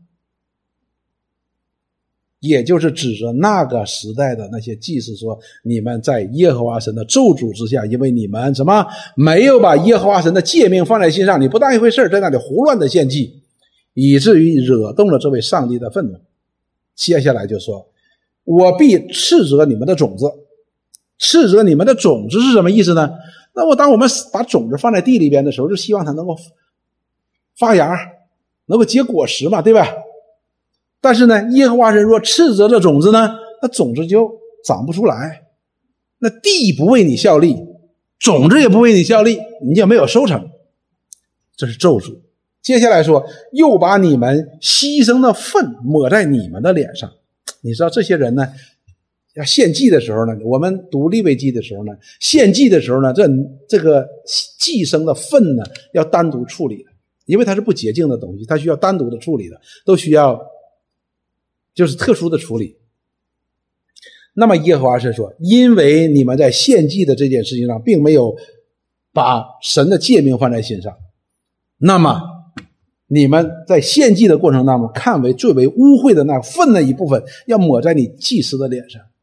也就是指着那个时代的那些祭司说，你们在耶和华神的咒诅之下，因为你们什么没有把耶和华神的诫命放在心上，你不当一回事，在那里胡乱的献祭，以至于惹动了这位上帝的愤怒。接下来就说，我必斥责你们的种子。斥责你们的种子是什么意思呢？那当我们把种子放在地里边的时候，就希望它能够发芽，能够结果实嘛，对吧？但是呢，耶和华神若斥责这种子呢，那种子就长不出来，那地不为你效力，种子也不为你效力，你就没有收成，这是咒诅。接下来说，又把你们牺牲的粪抹在你们的脸上。你知道这些人呢，要献祭的时候呢，我们读利未记的时候呢，献祭的时候呢，这个祭牲的粪呢要单独处理的，因为它是不洁净的东西，它需要单独的处理的，都需要就是特殊的处理。那么耶和华神说，因为你们在献祭的这件事情上并没有把神的诫命放在心上，那么你们在献祭的过程当中看为最为污秽的那粪的一部分要抹在你祭司的脸上。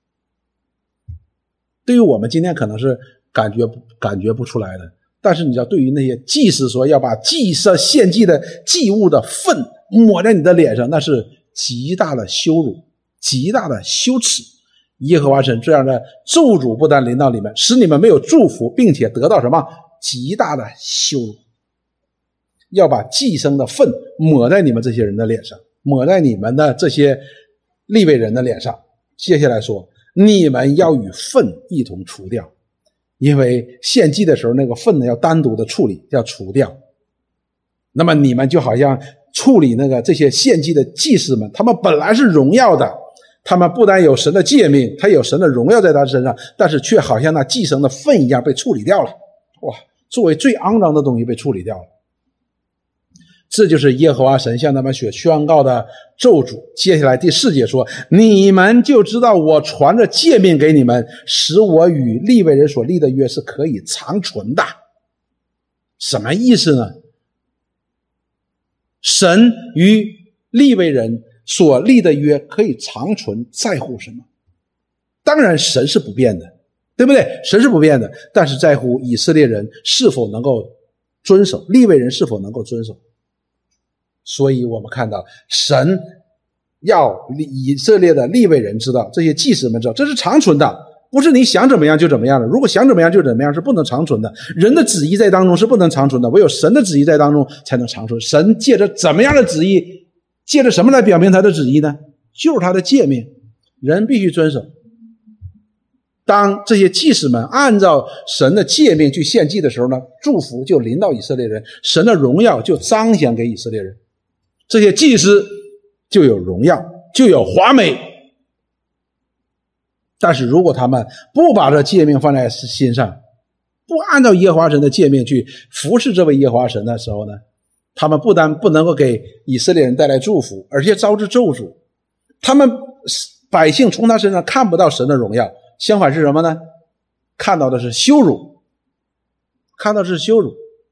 对于我们今天可能是感觉不出来的，但是你知道，对于那些祭司说要把祭司献祭的祭物的粪抹在你的脸上，那是极大的羞辱，极大的羞耻。耶和华神这样的咒诅不但临到你们，使你们没有祝福，并且得到什么？极大的羞辱。要把祭牲的粪抹在你们这些人的脸上，抹在你们的这些利未人的脸上。接下来说，你们要与粪一同除掉，因为献祭的时候那个粪呢要单独的处理，要除掉。那么你们就好像处理这些献祭的祭司们，他们本来是荣耀的，他们不但有神的诫命，他有神的荣耀在他身上，但是却好像那祭牲的粪一样被处理掉了。哇，作为最肮脏的东西被处理掉了。这就是耶和华神向他们所宣告的咒诅。接下来第4节说，你们就知道我传着诫命给你们，使我与利未人所立的约是可以长存的。什么意思呢？神与利未人所立的约可以长存，在乎什么？当然神是不变的，对不对？神是不变的，但是在乎以色列人是否能够遵守，利未人是否能够遵守。所以我们看到神要以色列的利未人知道，这些祭司们知道，这是长存的，不是你想怎么样就怎么样的。如果想怎么样就怎么样是不能长存的，人的旨意在当中是不能长存的，唯有神的旨意在当中才能长存。神借着怎么样的旨意，借着什么来表明他的旨意呢？就是他的诫命，人必须遵守。当这些祭司们按照神的诫命去献祭的时候呢，祝福就临到以色列人，神的荣耀就彰显给以色列人，这些祭司就有荣耀，就有华美。但是如果他们不把这诫命放在心上， 不按照耶和华神的诫命去服侍这位耶和华神的时候呢，他们不但不能够给以色列人带来祝福，而且招致咒诅。他们百姓从他身上看不到神的荣耀，相反是什么呢？看到的是羞辱，看到的是羞辱。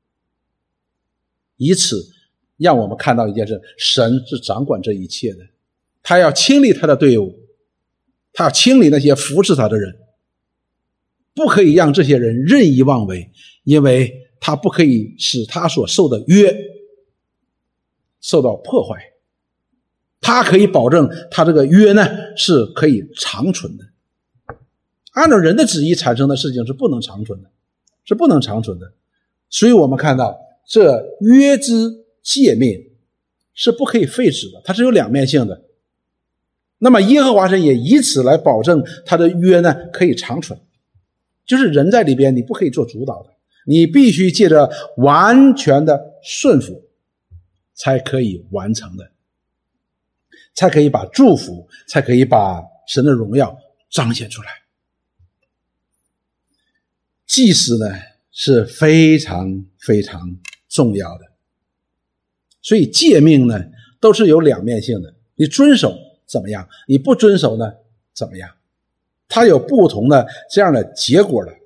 以此让我们看到一件事，神是掌管这一切的，他要清理他的队伍，他要清理那些服侍他的人，不可以让这些人任意妄为，因为他不可以使他所受的约受到破坏，他可以保证他这个约呢是可以长存的。按照人的旨意产生的事情是不能长存的，是不能长存的。所以我们看到这约之诫命是不可以废止的，它是有两面性的。那么耶和华神也以此来保证他的约呢可以长存，就是人在里边你不可以做主导的，你必须借着完全的顺服才可以完成的，才可以把祝福，才可以把神的荣耀彰显出来。祭司呢是非常非常重要的，所以诫命呢都是有两面性的，你遵守怎么样，你不遵守呢怎么样，它有不同的这样的结果的。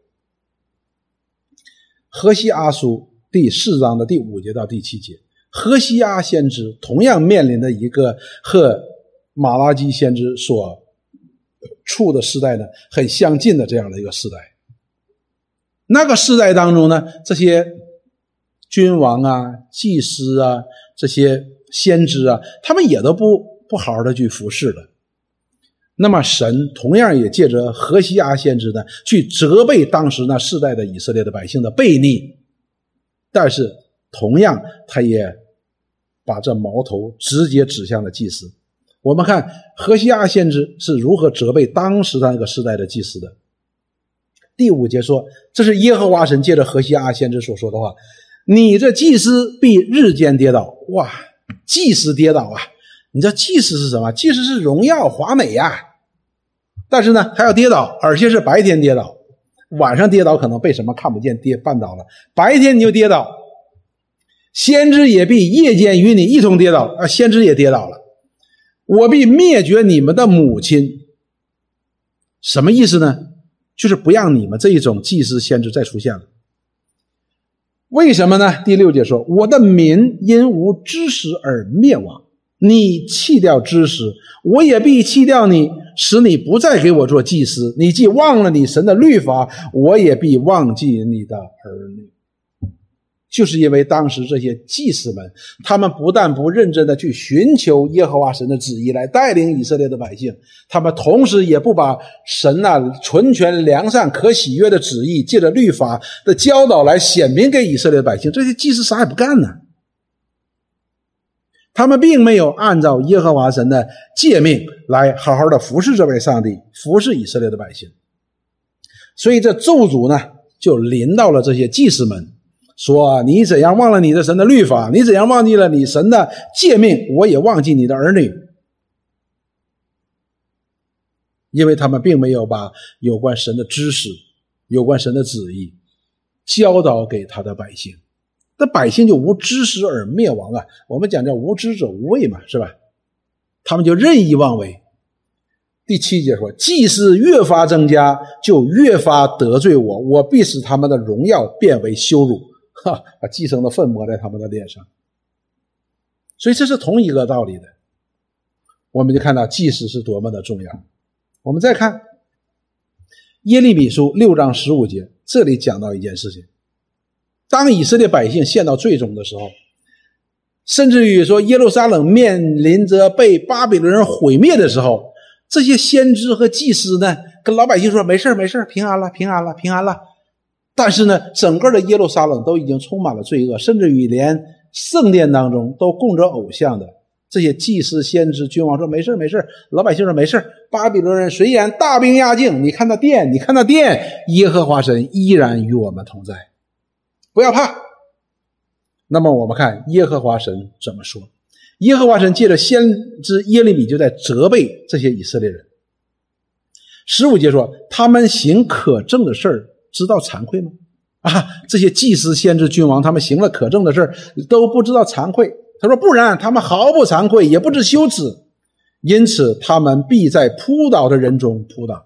何西阿书第4章的第5节到第7节，何西阿先知同样面临的一个和马拉基先知所处的时代呢很相近的这样的一个时代。那个时代当中呢，这些君王啊、祭司啊、这些先知啊，他们也都不好好的去服侍了。那么神同样也借着何西阿先知呢，去责备当时那世代的以色列的百姓的悖逆，但是同样他也把这矛头直接指向了祭司。我们看何西阿先知是如何责备当时那个世代的祭司的。第5节说，这是耶和华神借着何西阿先知所说的话，你这祭司必日间跌倒。哇，祭司跌倒啊，你知道祭司是什么？祭司是荣耀华美呀，但是呢还要跌倒，而且是白天跌倒，晚上跌倒可能被什么看不见绊倒了，白天你就跌倒。先知也必夜间与你一同跌倒，先知也跌倒了。我必灭绝你们的母亲。什么意思呢？就是不让你们这一种祭司先知再出现了。为什么呢？第6节说，我的民因无知识而灭亡，你弃掉知识，我也必弃掉你，使你不再给我做祭司。你既忘了你神的律法，我也必忘记你的儿女。就是因为当时这些祭司们，他们不但不认真的去寻求耶和华神的旨意来带领以色列的百姓，他们同时也不把神纯全良善可喜悦的旨意借着律法的教导来显明给以色列的百姓。这些祭司啥也不干呢，他们并没有按照耶和华神的诫命来好好的服侍这位上帝，服侍以色列的百姓。所以这咒诅呢就临到了这些祭司们，说你怎样忘了你的神的律法，你怎样忘记了你神的诫命，我也忘记你的儿女。因为他们并没有把有关神的知识，有关神的旨意教导给他的百姓，那百姓就无知识而灭亡啊。我们讲叫无知者无畏嘛，是吧？他们就任意妄为。第7节说，祭司越发增加，就越发得罪我，我必使他们的荣耀变为羞辱，把祭牲的粪抹在他们的脸上。所以这是同一个道理的。我们就看到祭司是多么的重要。我们再看耶利米书6章15节，这里讲到一件事情，当以色列百姓陷到最终的时候，甚至于说耶路撒冷面临着被巴比伦人毁灭的时候，这些先知和祭司呢跟老百姓说，没事没事，平安了平安了平安了。但是呢整个的耶路撒冷都已经充满了罪恶，甚至于连圣殿当中都供着偶像的这些祭司先知君王说，没事没事，老百姓说没事，巴比伦人虽然大兵压境，你看那殿，你看那殿，耶和华神依然与我们同在，不要怕。那么我们看耶和华神怎么说。耶和华神借着先知耶利米就在责备这些以色列人。15节说，他们行可憎的事儿，知道惭愧吗？ 这些祭司先知君王他们行了可憎的事都不知道惭愧。他说不然他们毫不惭愧，也不知羞耻，因此他们必在扑倒的人中扑倒。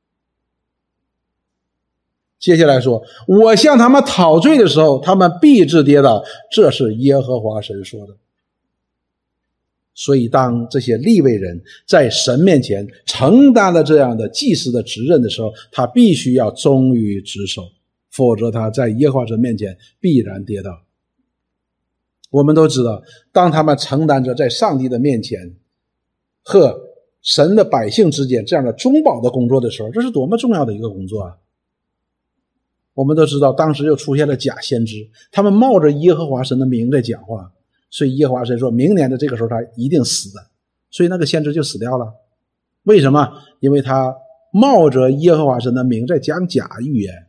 接下来说，我向他们讨罪的时候，他们必致跌倒，这是耶和华神说的。所以当这些利未人在神面前承担了这样的祭司的职任的时候，他必须要忠于职守，否则他在耶和华神面前必然跌倒。我们都知道，当他们承担着在上帝的面前和神的百姓之间这样的中保的工作的时候，这是多么重要的一个工作啊！我们都知道当时又出现了假先知，他们冒着耶和华神的名在讲话，所以耶和华神说明年的这个时候他一定死的，所以那个先知就死掉了。为什么？因为他冒着耶和华神的名在讲假预言。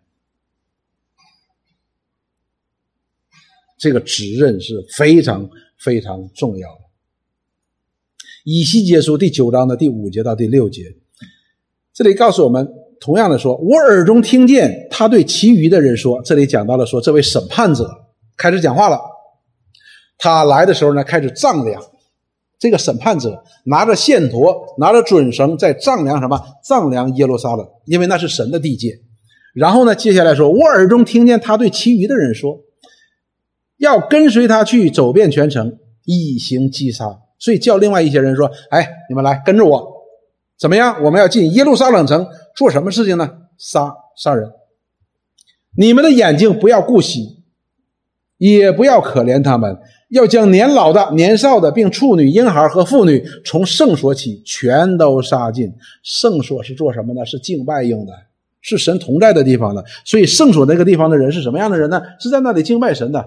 这个职任是非常非常重要的。以西结书第9章的第5节到第6节，这里告诉我们同样的说，我耳中听见他对其余的人说，这里讲到了说这位审判者开始讲话了。他来的时候呢，开始丈量，这个审判者拿着线砣拿着准绳在丈量什么？丈量耶路撒冷，因为那是神的地界。然后呢，接下来说，我耳中听见他对其余的人说，要跟随他去走遍全城，以行击杀。所以叫另外一些人说，你们来跟着我，怎么样？我们要进耶路撒冷城做什么事情呢？杀人。你们的眼睛不要顾惜，也不要可怜他们，要将年老的年少的并处女婴孩和妇女从圣所起全都杀尽。圣所是做什么呢？是敬拜用的，是神同在的地方的。所以圣所那个地方的人是什么样的人呢？是在那里敬拜神的。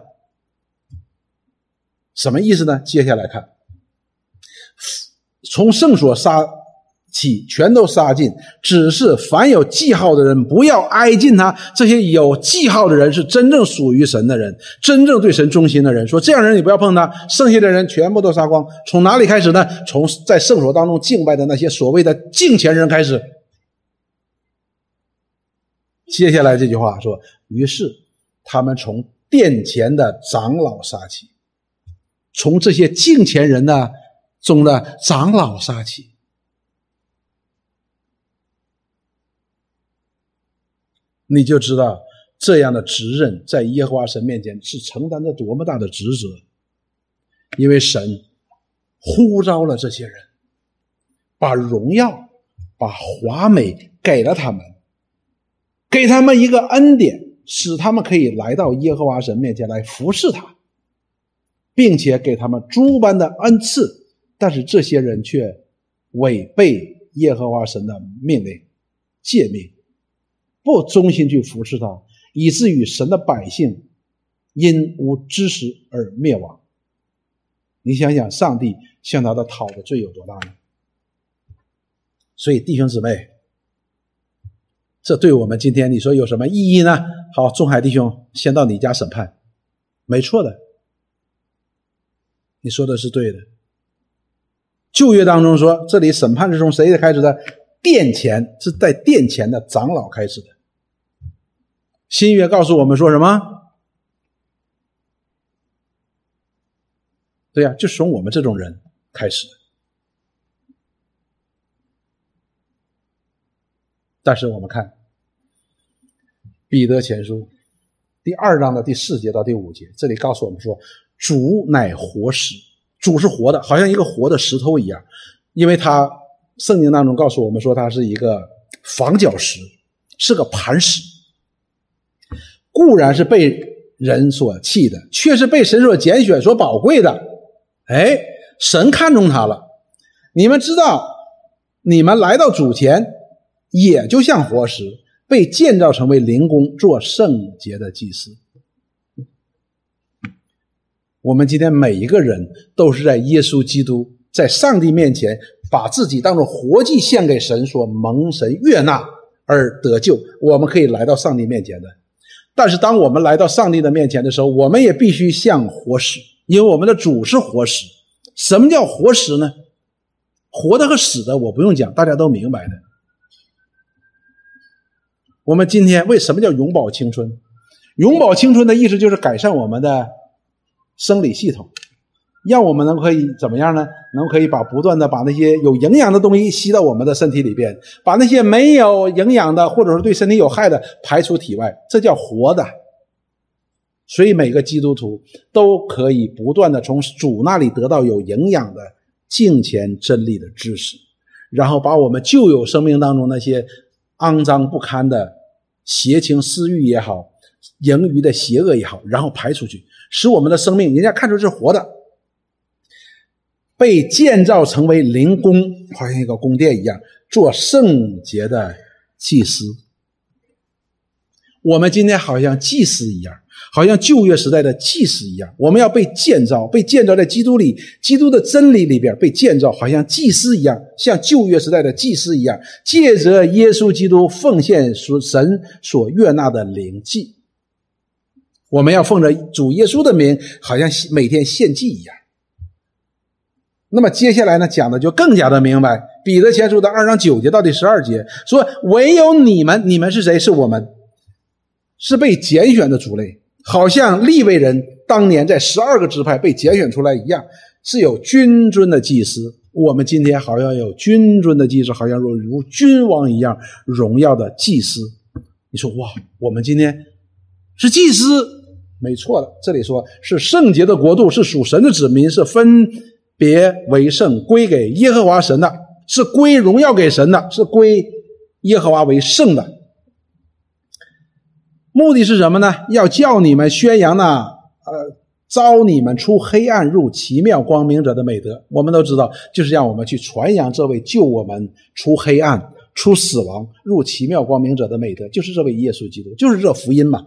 什么意思呢？接下来看，从圣所杀起全都杀尽，只是凡有记号的人不要挨近他。这些有记号的人是真正属于神的人，真正对神忠心的人。说这样人你不要碰他，剩下的人全部都杀光。从哪里开始呢？从在圣所当中敬拜的那些所谓的敬虔人开始。接下来这句话说，于是他们从殿前的长老杀起，从这些敬虔人的中的长老杀起。你就知道这样的职任在耶和华神面前是承担着多么大的职责。因为神呼召了这些人，把荣耀把华美给了他们，给他们一个恩典，使他们可以来到耶和华神面前来服侍他，并且给他们诸般的恩赐。但是这些人却违背耶和华神的命令诫命，不忠心去服侍他，以至于神的百姓因无知识而灭亡。你想想，上帝向他的讨的罪有多大呢？所以弟兄姊妹，这对我们今天你说有什么意义呢？好，众海弟兄，先到你家审判，没错的，你说的是对的。旧约当中说，这里审判是从谁开始的？殿前，是在殿前的长老开始的。新约告诉我们说什么？对呀，就是从我们这种人开始的。但是我们看彼得前书第2章的第4节到第5节，这里告诉我们说，主乃活石，主是活的，好像一个活的石头一样，因为他圣经当中告诉我们说他是一个房角石，是个磐石，固然是被人所弃的，却是被神所拣选所宝贵的。神看中他了。你们知道，你们来到主前也就像活石，被建造成为灵宫，做圣洁的祭司。我们今天每一个人都是在耶稣基督在上帝面前把自己当作活祭献给神，所蒙神悦纳而得救，我们可以来到上帝面前的。但是当我们来到上帝的面前的时候，我们也必须像活石，因为我们的主是活石。什么叫活石呢？活的和死的我不用讲，大家都明白的。我们今天为什么叫永葆青春？ 永葆青春的意思就是改善我们的生理系统，让我们能可以怎么样呢？能可以不断的把那些有营养的东西吸到我们的身体里边，把那些没有营养的或者是对身体有害的排出体外，这叫活的。所以每个基督徒都可以不断的从主那里得到有营养的敬虔真理的知识，然后把我们旧有生命当中那些肮脏不堪的邪情私欲也好，盈余的邪恶也好，然后排出去，使我们的生命人家看出是活的，被建造成为灵宫，好像一个宫殿一样，做圣洁的祭司。我们今天好像祭司一样，好像旧约时代的祭司一样，我们要被建造在基督里，基督的真理里边被建造，好像祭司一样，像旧约时代的祭司一样，借着耶稣基督奉献神所悦纳的灵祭。我们要奉着主耶稣的名，好像每天献祭一样。那么接下来呢，讲的就更加的明白，彼得前书的2章9节到第12节说，唯有你们是谁？是我们，是被拣选的族类，好像利未人当年在12个支派被拣选出来一样，是有君尊的祭司。我们今天好像有君尊的祭司，好像如君王一样荣耀的祭司。你说哇，我们今天是祭司，没错了，这里说是圣洁的国度，是属神的子民，是分别为圣，归给耶和华神的，是归荣耀给神的，是归耶和华为圣的。目的是什么呢？要叫你们宣扬招你们出黑暗入奇妙光明者的美德。我们都知道，就是让我们去传扬这位救我们出黑暗出死亡入奇妙光明者的美德，就是这位耶稣基督，就是这福音嘛。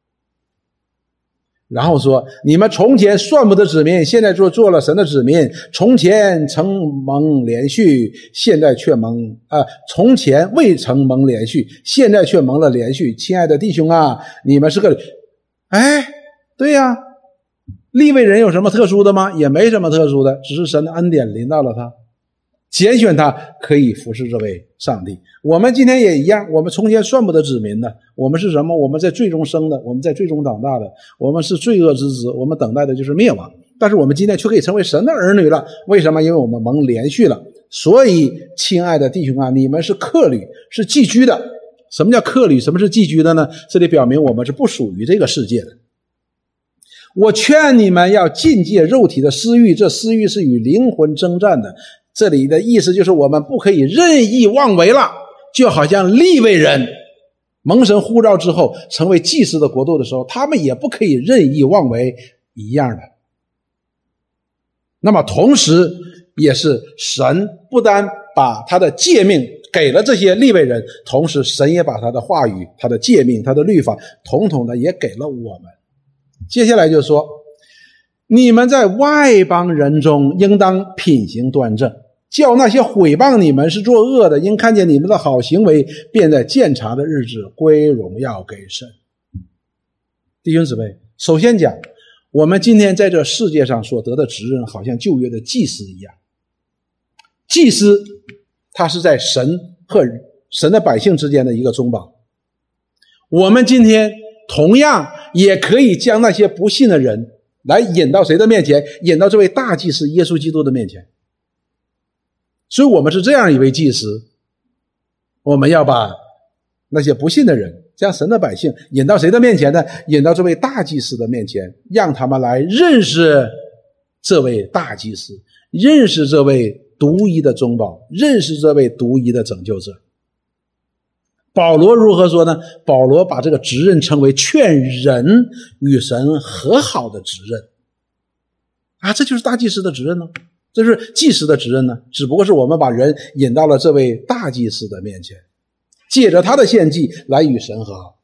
然后说，你们从前算不得子民，现在做了神的子民，从前曾蒙连续，现在却从前未曾蒙连续，现在却蒙了连续。亲爱的弟兄啊，你们是个对呀，利未人有什么特殊的吗？也没什么特殊的，只是神的恩典临到了他，拣选他可以服侍这位上帝。我们今天也一样，我们从前算不得子民的，我们是什么？我们在罪中生的，我们在罪中长大的，我们是罪恶之子，我们等待的就是灭亡。但是我们今天却可以成为神的儿女了，为什么？因为我们蒙连续了。所以亲爱的弟兄啊，你们是客旅，是寄居的。什么叫客旅？什么是寄居的呢？这里表明我们是不属于这个世界的。我劝你们要禁戒肉体的私欲，这私欲是与灵魂征战的。这里的意思就是我们不可以任意妄为了，就好像利未人蒙神呼召之后成为祭司的国度的时候，他们也不可以任意妄为一样的。那么同时也是神不单把他的诫命给了这些利未人，同时神也把他的话语、他的诫命、他的律法统统的也给了我们。接下来就说，你们在外邦人中应当品行端正，叫那些毁谤你们是作恶的，因看见你们的好行为，便在鉴察的日子归荣耀给神。弟兄姊妹，首先讲，我们今天在这世界上所得的职任，好像旧约的祭司一样。祭司他是在神和神的百姓之间的一个中保。我们今天同样也可以将那些不信的人来引到谁的面前？引到这位大祭司耶稣基督的面前。所以我们是这样一位祭司，我们要把那些不信的人，将神的百姓引到谁的面前呢？引到这位大祭司的面前，让他们来认识这位大祭司，认识这位独一的中保，认识这位独一的拯救者。保罗如何说呢？保罗把这个职任称为劝人与神和好的职任这就是大祭司的职任呢，这是祭司的职任呢，只不过是我们把人引到了这位大祭司的面前，借着他的献祭来与神和好。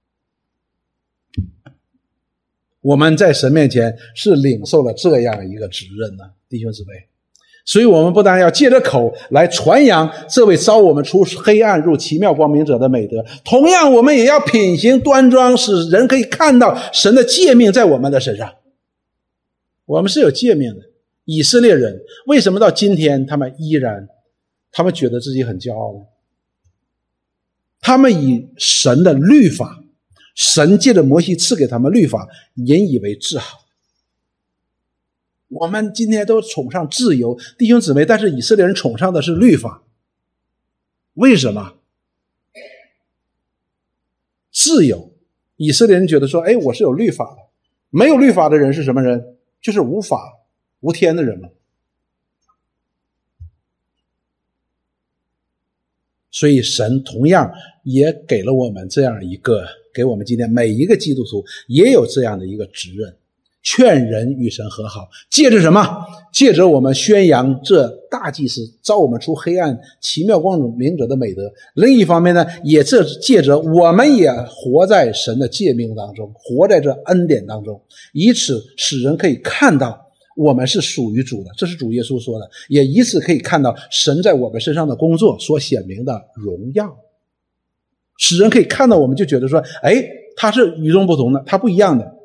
我们在神面前是领受了这样一个职任呢，弟兄姊妹。所以我们不但要借着口来传扬这位召我们出黑暗入奇妙光明者的美德，同样我们也要品行端庄，使人可以看到神的诫命在我们的身上。我们是有诫命的。以色列人为什么到今天他们觉得自己很骄傲呢？他们以神的律法、 神借着摩西赐给他们律法，引以为自豪。我们今天都崇尚自由，弟兄姊妹，但是以色列人崇尚的是律法。为什么？自由，以色列人觉得说，我是有律法的。没有律法的人是什么人？就是无法无天的人嘛。所以神同样也给了我们这样一个，给我们今天每一个基督徒也有这样的一个职任，劝人与神和好。借着什么？借着我们宣扬这大祭司召我们出黑暗奇妙光明者的美德。另一方面呢，也借着我们也活在神的诫命当中，活在这恩典当中，以此使人可以看到我们是属于主的，这是主耶稣说的，也以此可以看到神在我们身上的工作所显明的荣耀，使人可以看到我们就觉得说，他是与众不同的，他不一样的。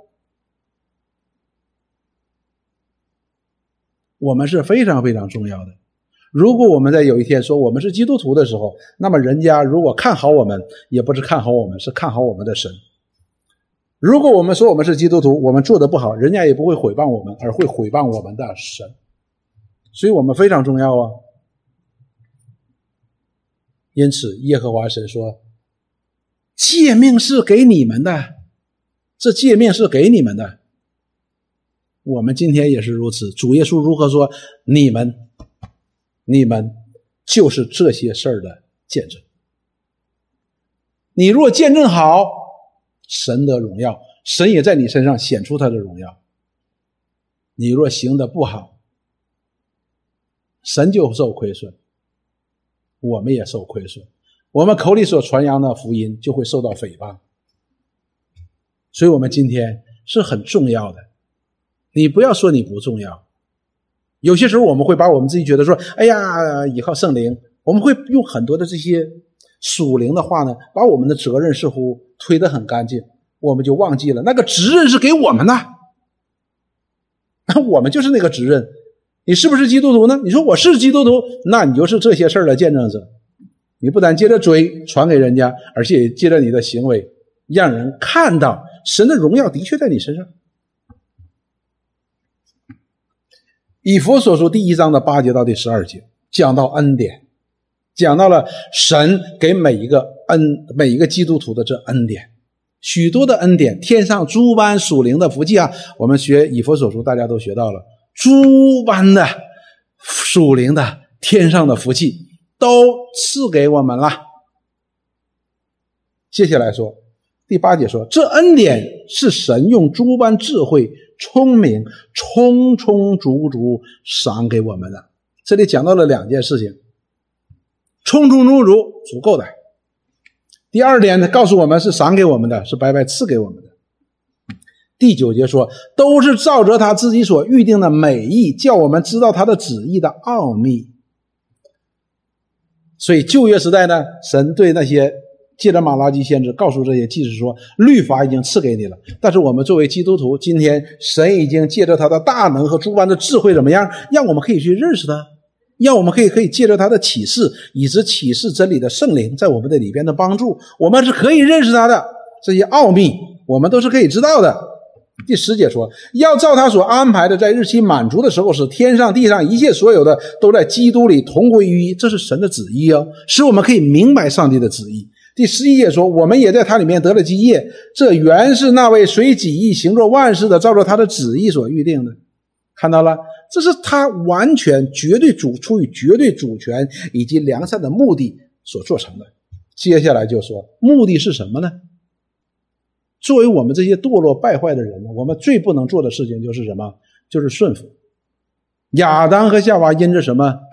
我们是非常非常重要的。如果我们在有一天说我们是基督徒的时候，那么人家如果看好我们，也不是看好我们，是看好我们的神。如果我们说我们是基督徒，我们做得不好，人家也不会毁谤我们，而会毁谤我们的神。所以我们非常重要啊。因此耶和华神说，诫命是给你们的，这诫命是给你们的。我们今天也是如此。主耶稣如何说，你们就是这些事儿的见证。你若见证好，神的荣耀，神也在你身上显出他的荣耀。你若行得不好，神就受亏损，我们也受亏损，我们口里所传扬的福音就会受到诽谤。所以我们今天是很重要的，你不要说你不重要。有些时候我们会把我们自己觉得说，依靠圣灵，我们会用很多的这些属灵的话呢，把我们的责任似乎推得很干净，我们就忘记了那个职任是给我们的，我们就是那个职任。你是不是基督徒呢？你说我是基督徒，那你就是这些事儿的见证者。你不但借着嘴传给人家，而且借着你的行为让人看到神的荣耀的确在你身上。以弗所书第1章的8节到第12节讲到恩典，讲到了神给每一个基督徒的这恩典，许多的恩典，天上诸般属灵的福气啊。我们学以弗所书大家都学到了，诸般的属灵的天上的福气都赐给我们了。接下来说第8节说，这恩典是神用诸般智慧聪明充充足足赏给我们的。这里讲到了2件事情，充充足足足够的。第二点告诉我们是赏给我们的，是白白赐给我们的。第9节说，都是照着他自己所预定的美意，叫我们知道他的旨意的奥秘。所以旧约时代呢，神对那些借着马拉基先知告诉这些祭司说，律法已经赐给你了。但是我们作为基督徒，今天神已经借着他的大能和诸般的智慧怎么样，让我们可以去认识他，让我们可以借着他的启示，以及启示真理的圣灵在我们的里边的帮助，我们是可以认识他的。这些奥秘我们都是可以知道的。第10节说，要照他所安排的，在日期满足的时候，使天上地上一切所有的都在基督里同归于一。这是神的旨意哦，使我们可以明白上帝的旨意。第11节说，我们也在他里面得了基业，这原是那位随己意行作万事的，照着他的旨意所预定的。看到了，这是他完全出于绝对主权以及良善的目的所做成的。接下来就说目的是什么呢？作为我们这些堕落败坏的人，我们最不能做的事情就是什么？就是顺服。亚当和夏娃因着什么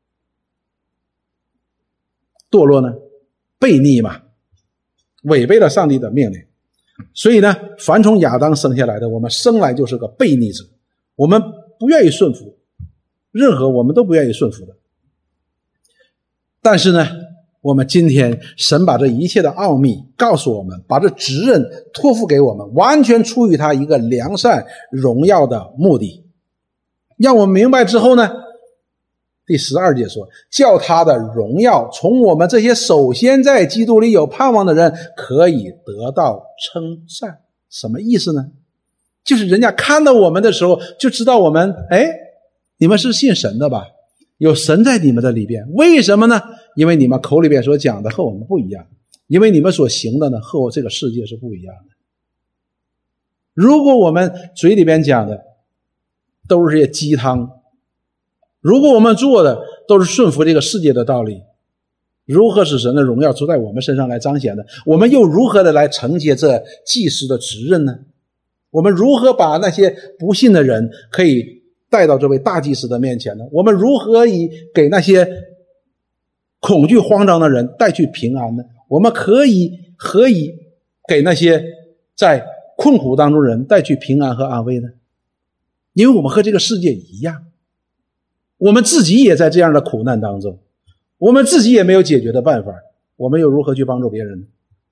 堕落呢？悖逆嘛，违背了上帝的命令。所以呢，凡从亚当生下来的，我们生来就是个悖逆者，我们不愿意顺服，任何我们都不愿意顺服的。但是呢，我们今天神把这一切的奥秘告诉我们，把这职任托付给我们，完全出于他一个良善荣耀的目的。让我们明白之后呢， 第12节说，叫他的荣耀从我们这些首先在基督里有盼望的人可以得到称赞。什么意思呢？就是人家看到我们的时候就知道我们，你们是信神的吧，有神在你们的里边。为什么呢？因为你们口里边所讲的和我们不一样，因为你们所行的呢和我这个世界是不一样的。如果我们嘴里边讲的都是这些鸡汤，如果我们做的都是顺服这个世界的道理，如何使神的荣耀出在我们身上来彰显呢？我们又如何的来承接这祭司的职任呢？我们如何把那些不信的人可以带到这位大祭司的面前呢？我们如何以给那些恐惧慌张的人带去平安呢？我们何以给那些在困苦当中人带去平安和安慰呢？因为我们和这个世界一样，我们自己也在这样的苦难当中，我们自己也没有解决的办法，我们又如何去帮助别人呢？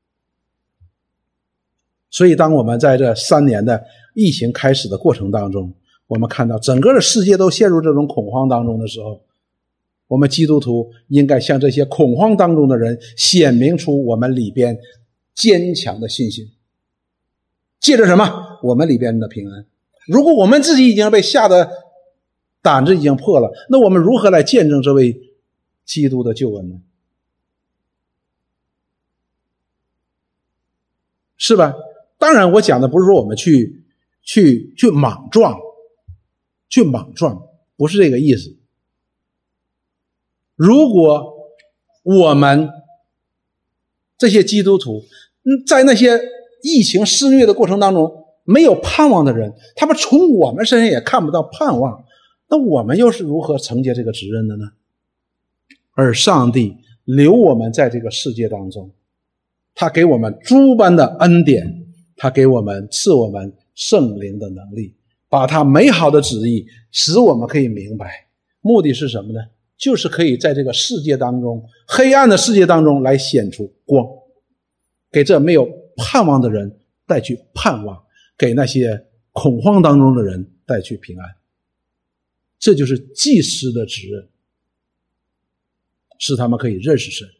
所以当我们在这3年的疫情开始的过程当中，我们看到整个的世界都陷入这种恐慌当中的时候，我们基督徒应该向这些恐慌当中的人显明出我们里边坚强的信心。借着什么？我们里边的平安。如果我们自己已经被吓得胆子已经破了，那我们如何来见证这位基督的救恩呢？是吧？当然我讲的不是说我们去莽撞，不是这个意思。如果我们这些基督徒在那些疫情肆虐的过程当中没有盼望的人，他们从我们身上也看不到盼望，那我们又是如何承接这个职任的呢？而上帝留我们在这个世界当中，他给我们诸般的恩典，他给我们赐我们圣灵的能力，把他美好的旨意使我们可以明白，目的是什么呢？就是可以在这个世界当中，黑暗的世界当中来显出光，给这没有盼望的人带去盼望，给那些恐慌当中的人带去平安。这就是祭司的职任，使他们可以认识神。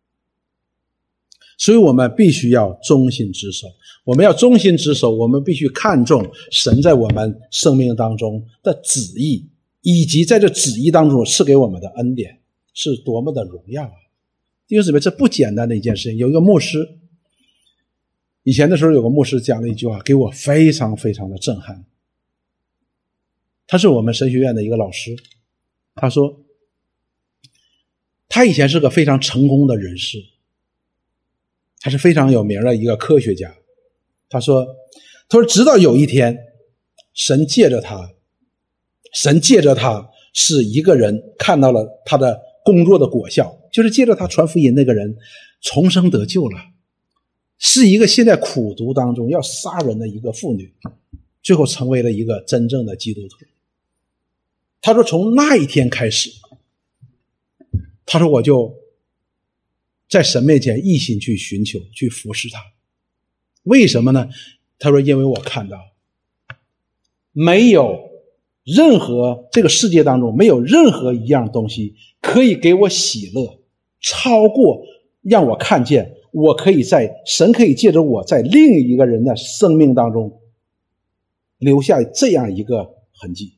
所以我们必须要忠心职守，我们要忠心职守，我们必须看重神在我们生命当中的旨意，以及在这旨意当中赐给我们的恩典，是多么的荣耀啊！弟兄姊妹，这不简单的一件事情。有一个牧师，以前的时候有个牧师讲了一句话，给我非常非常的震撼。他是我们神学院的一个老师，他说他以前是个非常成功的人士，他是非常有名的一个科学家。他说直到有一天神借着他使一个人看到了他的工作的果效，就是借着他传福音那个人重生得救了，是一个现在苦毒当中要杀人的一个妇女，最后成为了一个真正的基督徒。他说从那一天开始，他说我就在神面前一心去寻求去服侍他。为什么呢？他说因为我看到没有任何这个世界当中没有任何一样东西可以给我喜乐，超过让我看见我可以神可以借着我在另一个人的生命当中留下这样一个痕迹。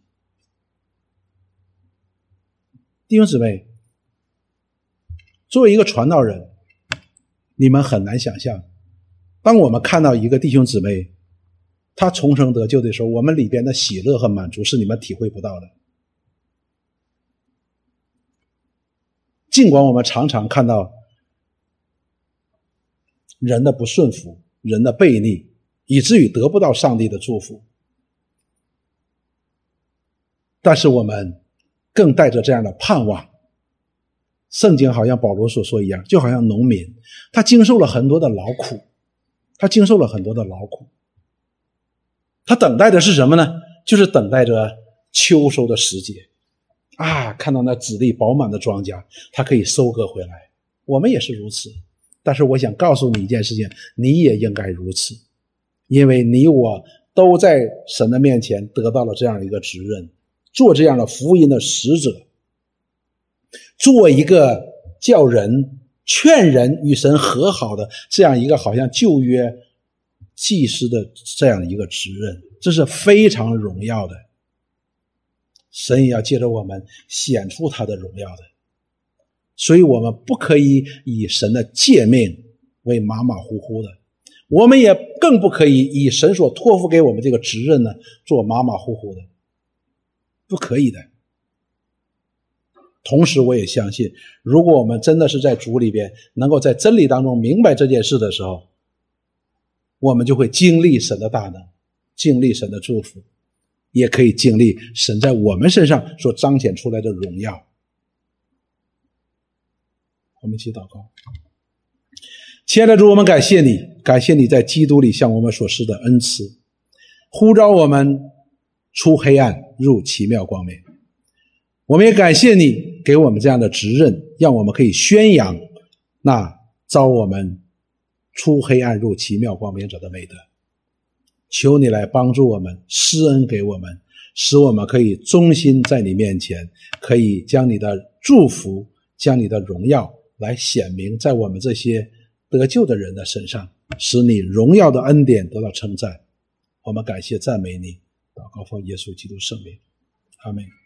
弟兄姊妹，作为一个传道人，你们很难想象，当我们看到一个弟兄姊妹他重生得救的时候，我们里边的喜乐和满足是你们体会不到的。尽管我们常常看到人的不顺服，人的悖逆，以至于得不到上帝的祝福，但是我们更带着这样的盼望。圣经好像保罗所说一样，就好像农民，他经受了很多的劳苦，他等待的是什么呢？就是等待着秋收的时节啊，看到那籽粒饱满的庄稼，他可以收割回来。我们也是如此，但是我想告诉你一件事情，你也应该如此，因为你我都在神的面前得到了这样一个职任，做这样的福音的使者。 做一个叫人劝人与神和好的这样一个好像旧约祭司的这样一个职任，这是非常荣耀的。神也要借着我们显出他的荣耀的，所以我们不可以以神的诫命为马马虎虎的，我们也更不可以以神所托付给我们这个职任呢做马马虎虎的，不可以的。同时我也相信，如果我们真的是在主里边能够在真理当中明白这件事的时候，我们就会经历神的大能，经历神的祝福，也可以经历神在我们身上所彰显出来的荣耀。我们一起祷告。亲爱的主，我们感谢你，感谢你在基督里向我们所施的恩赐，呼召我们出黑暗入奇妙光明。我们也感谢你给我们这样的职任，让我们可以宣扬那召我们出黑暗入奇妙光明者的美德。求你来帮助我们，施恩给我们，使我们可以忠心在你面前，可以将你的祝福，将你的荣耀来显明在我们这些得救的人的身上，使你荣耀的恩典得到称赞。我们感谢赞美你，祷告奉耶稣基督圣名，阿们。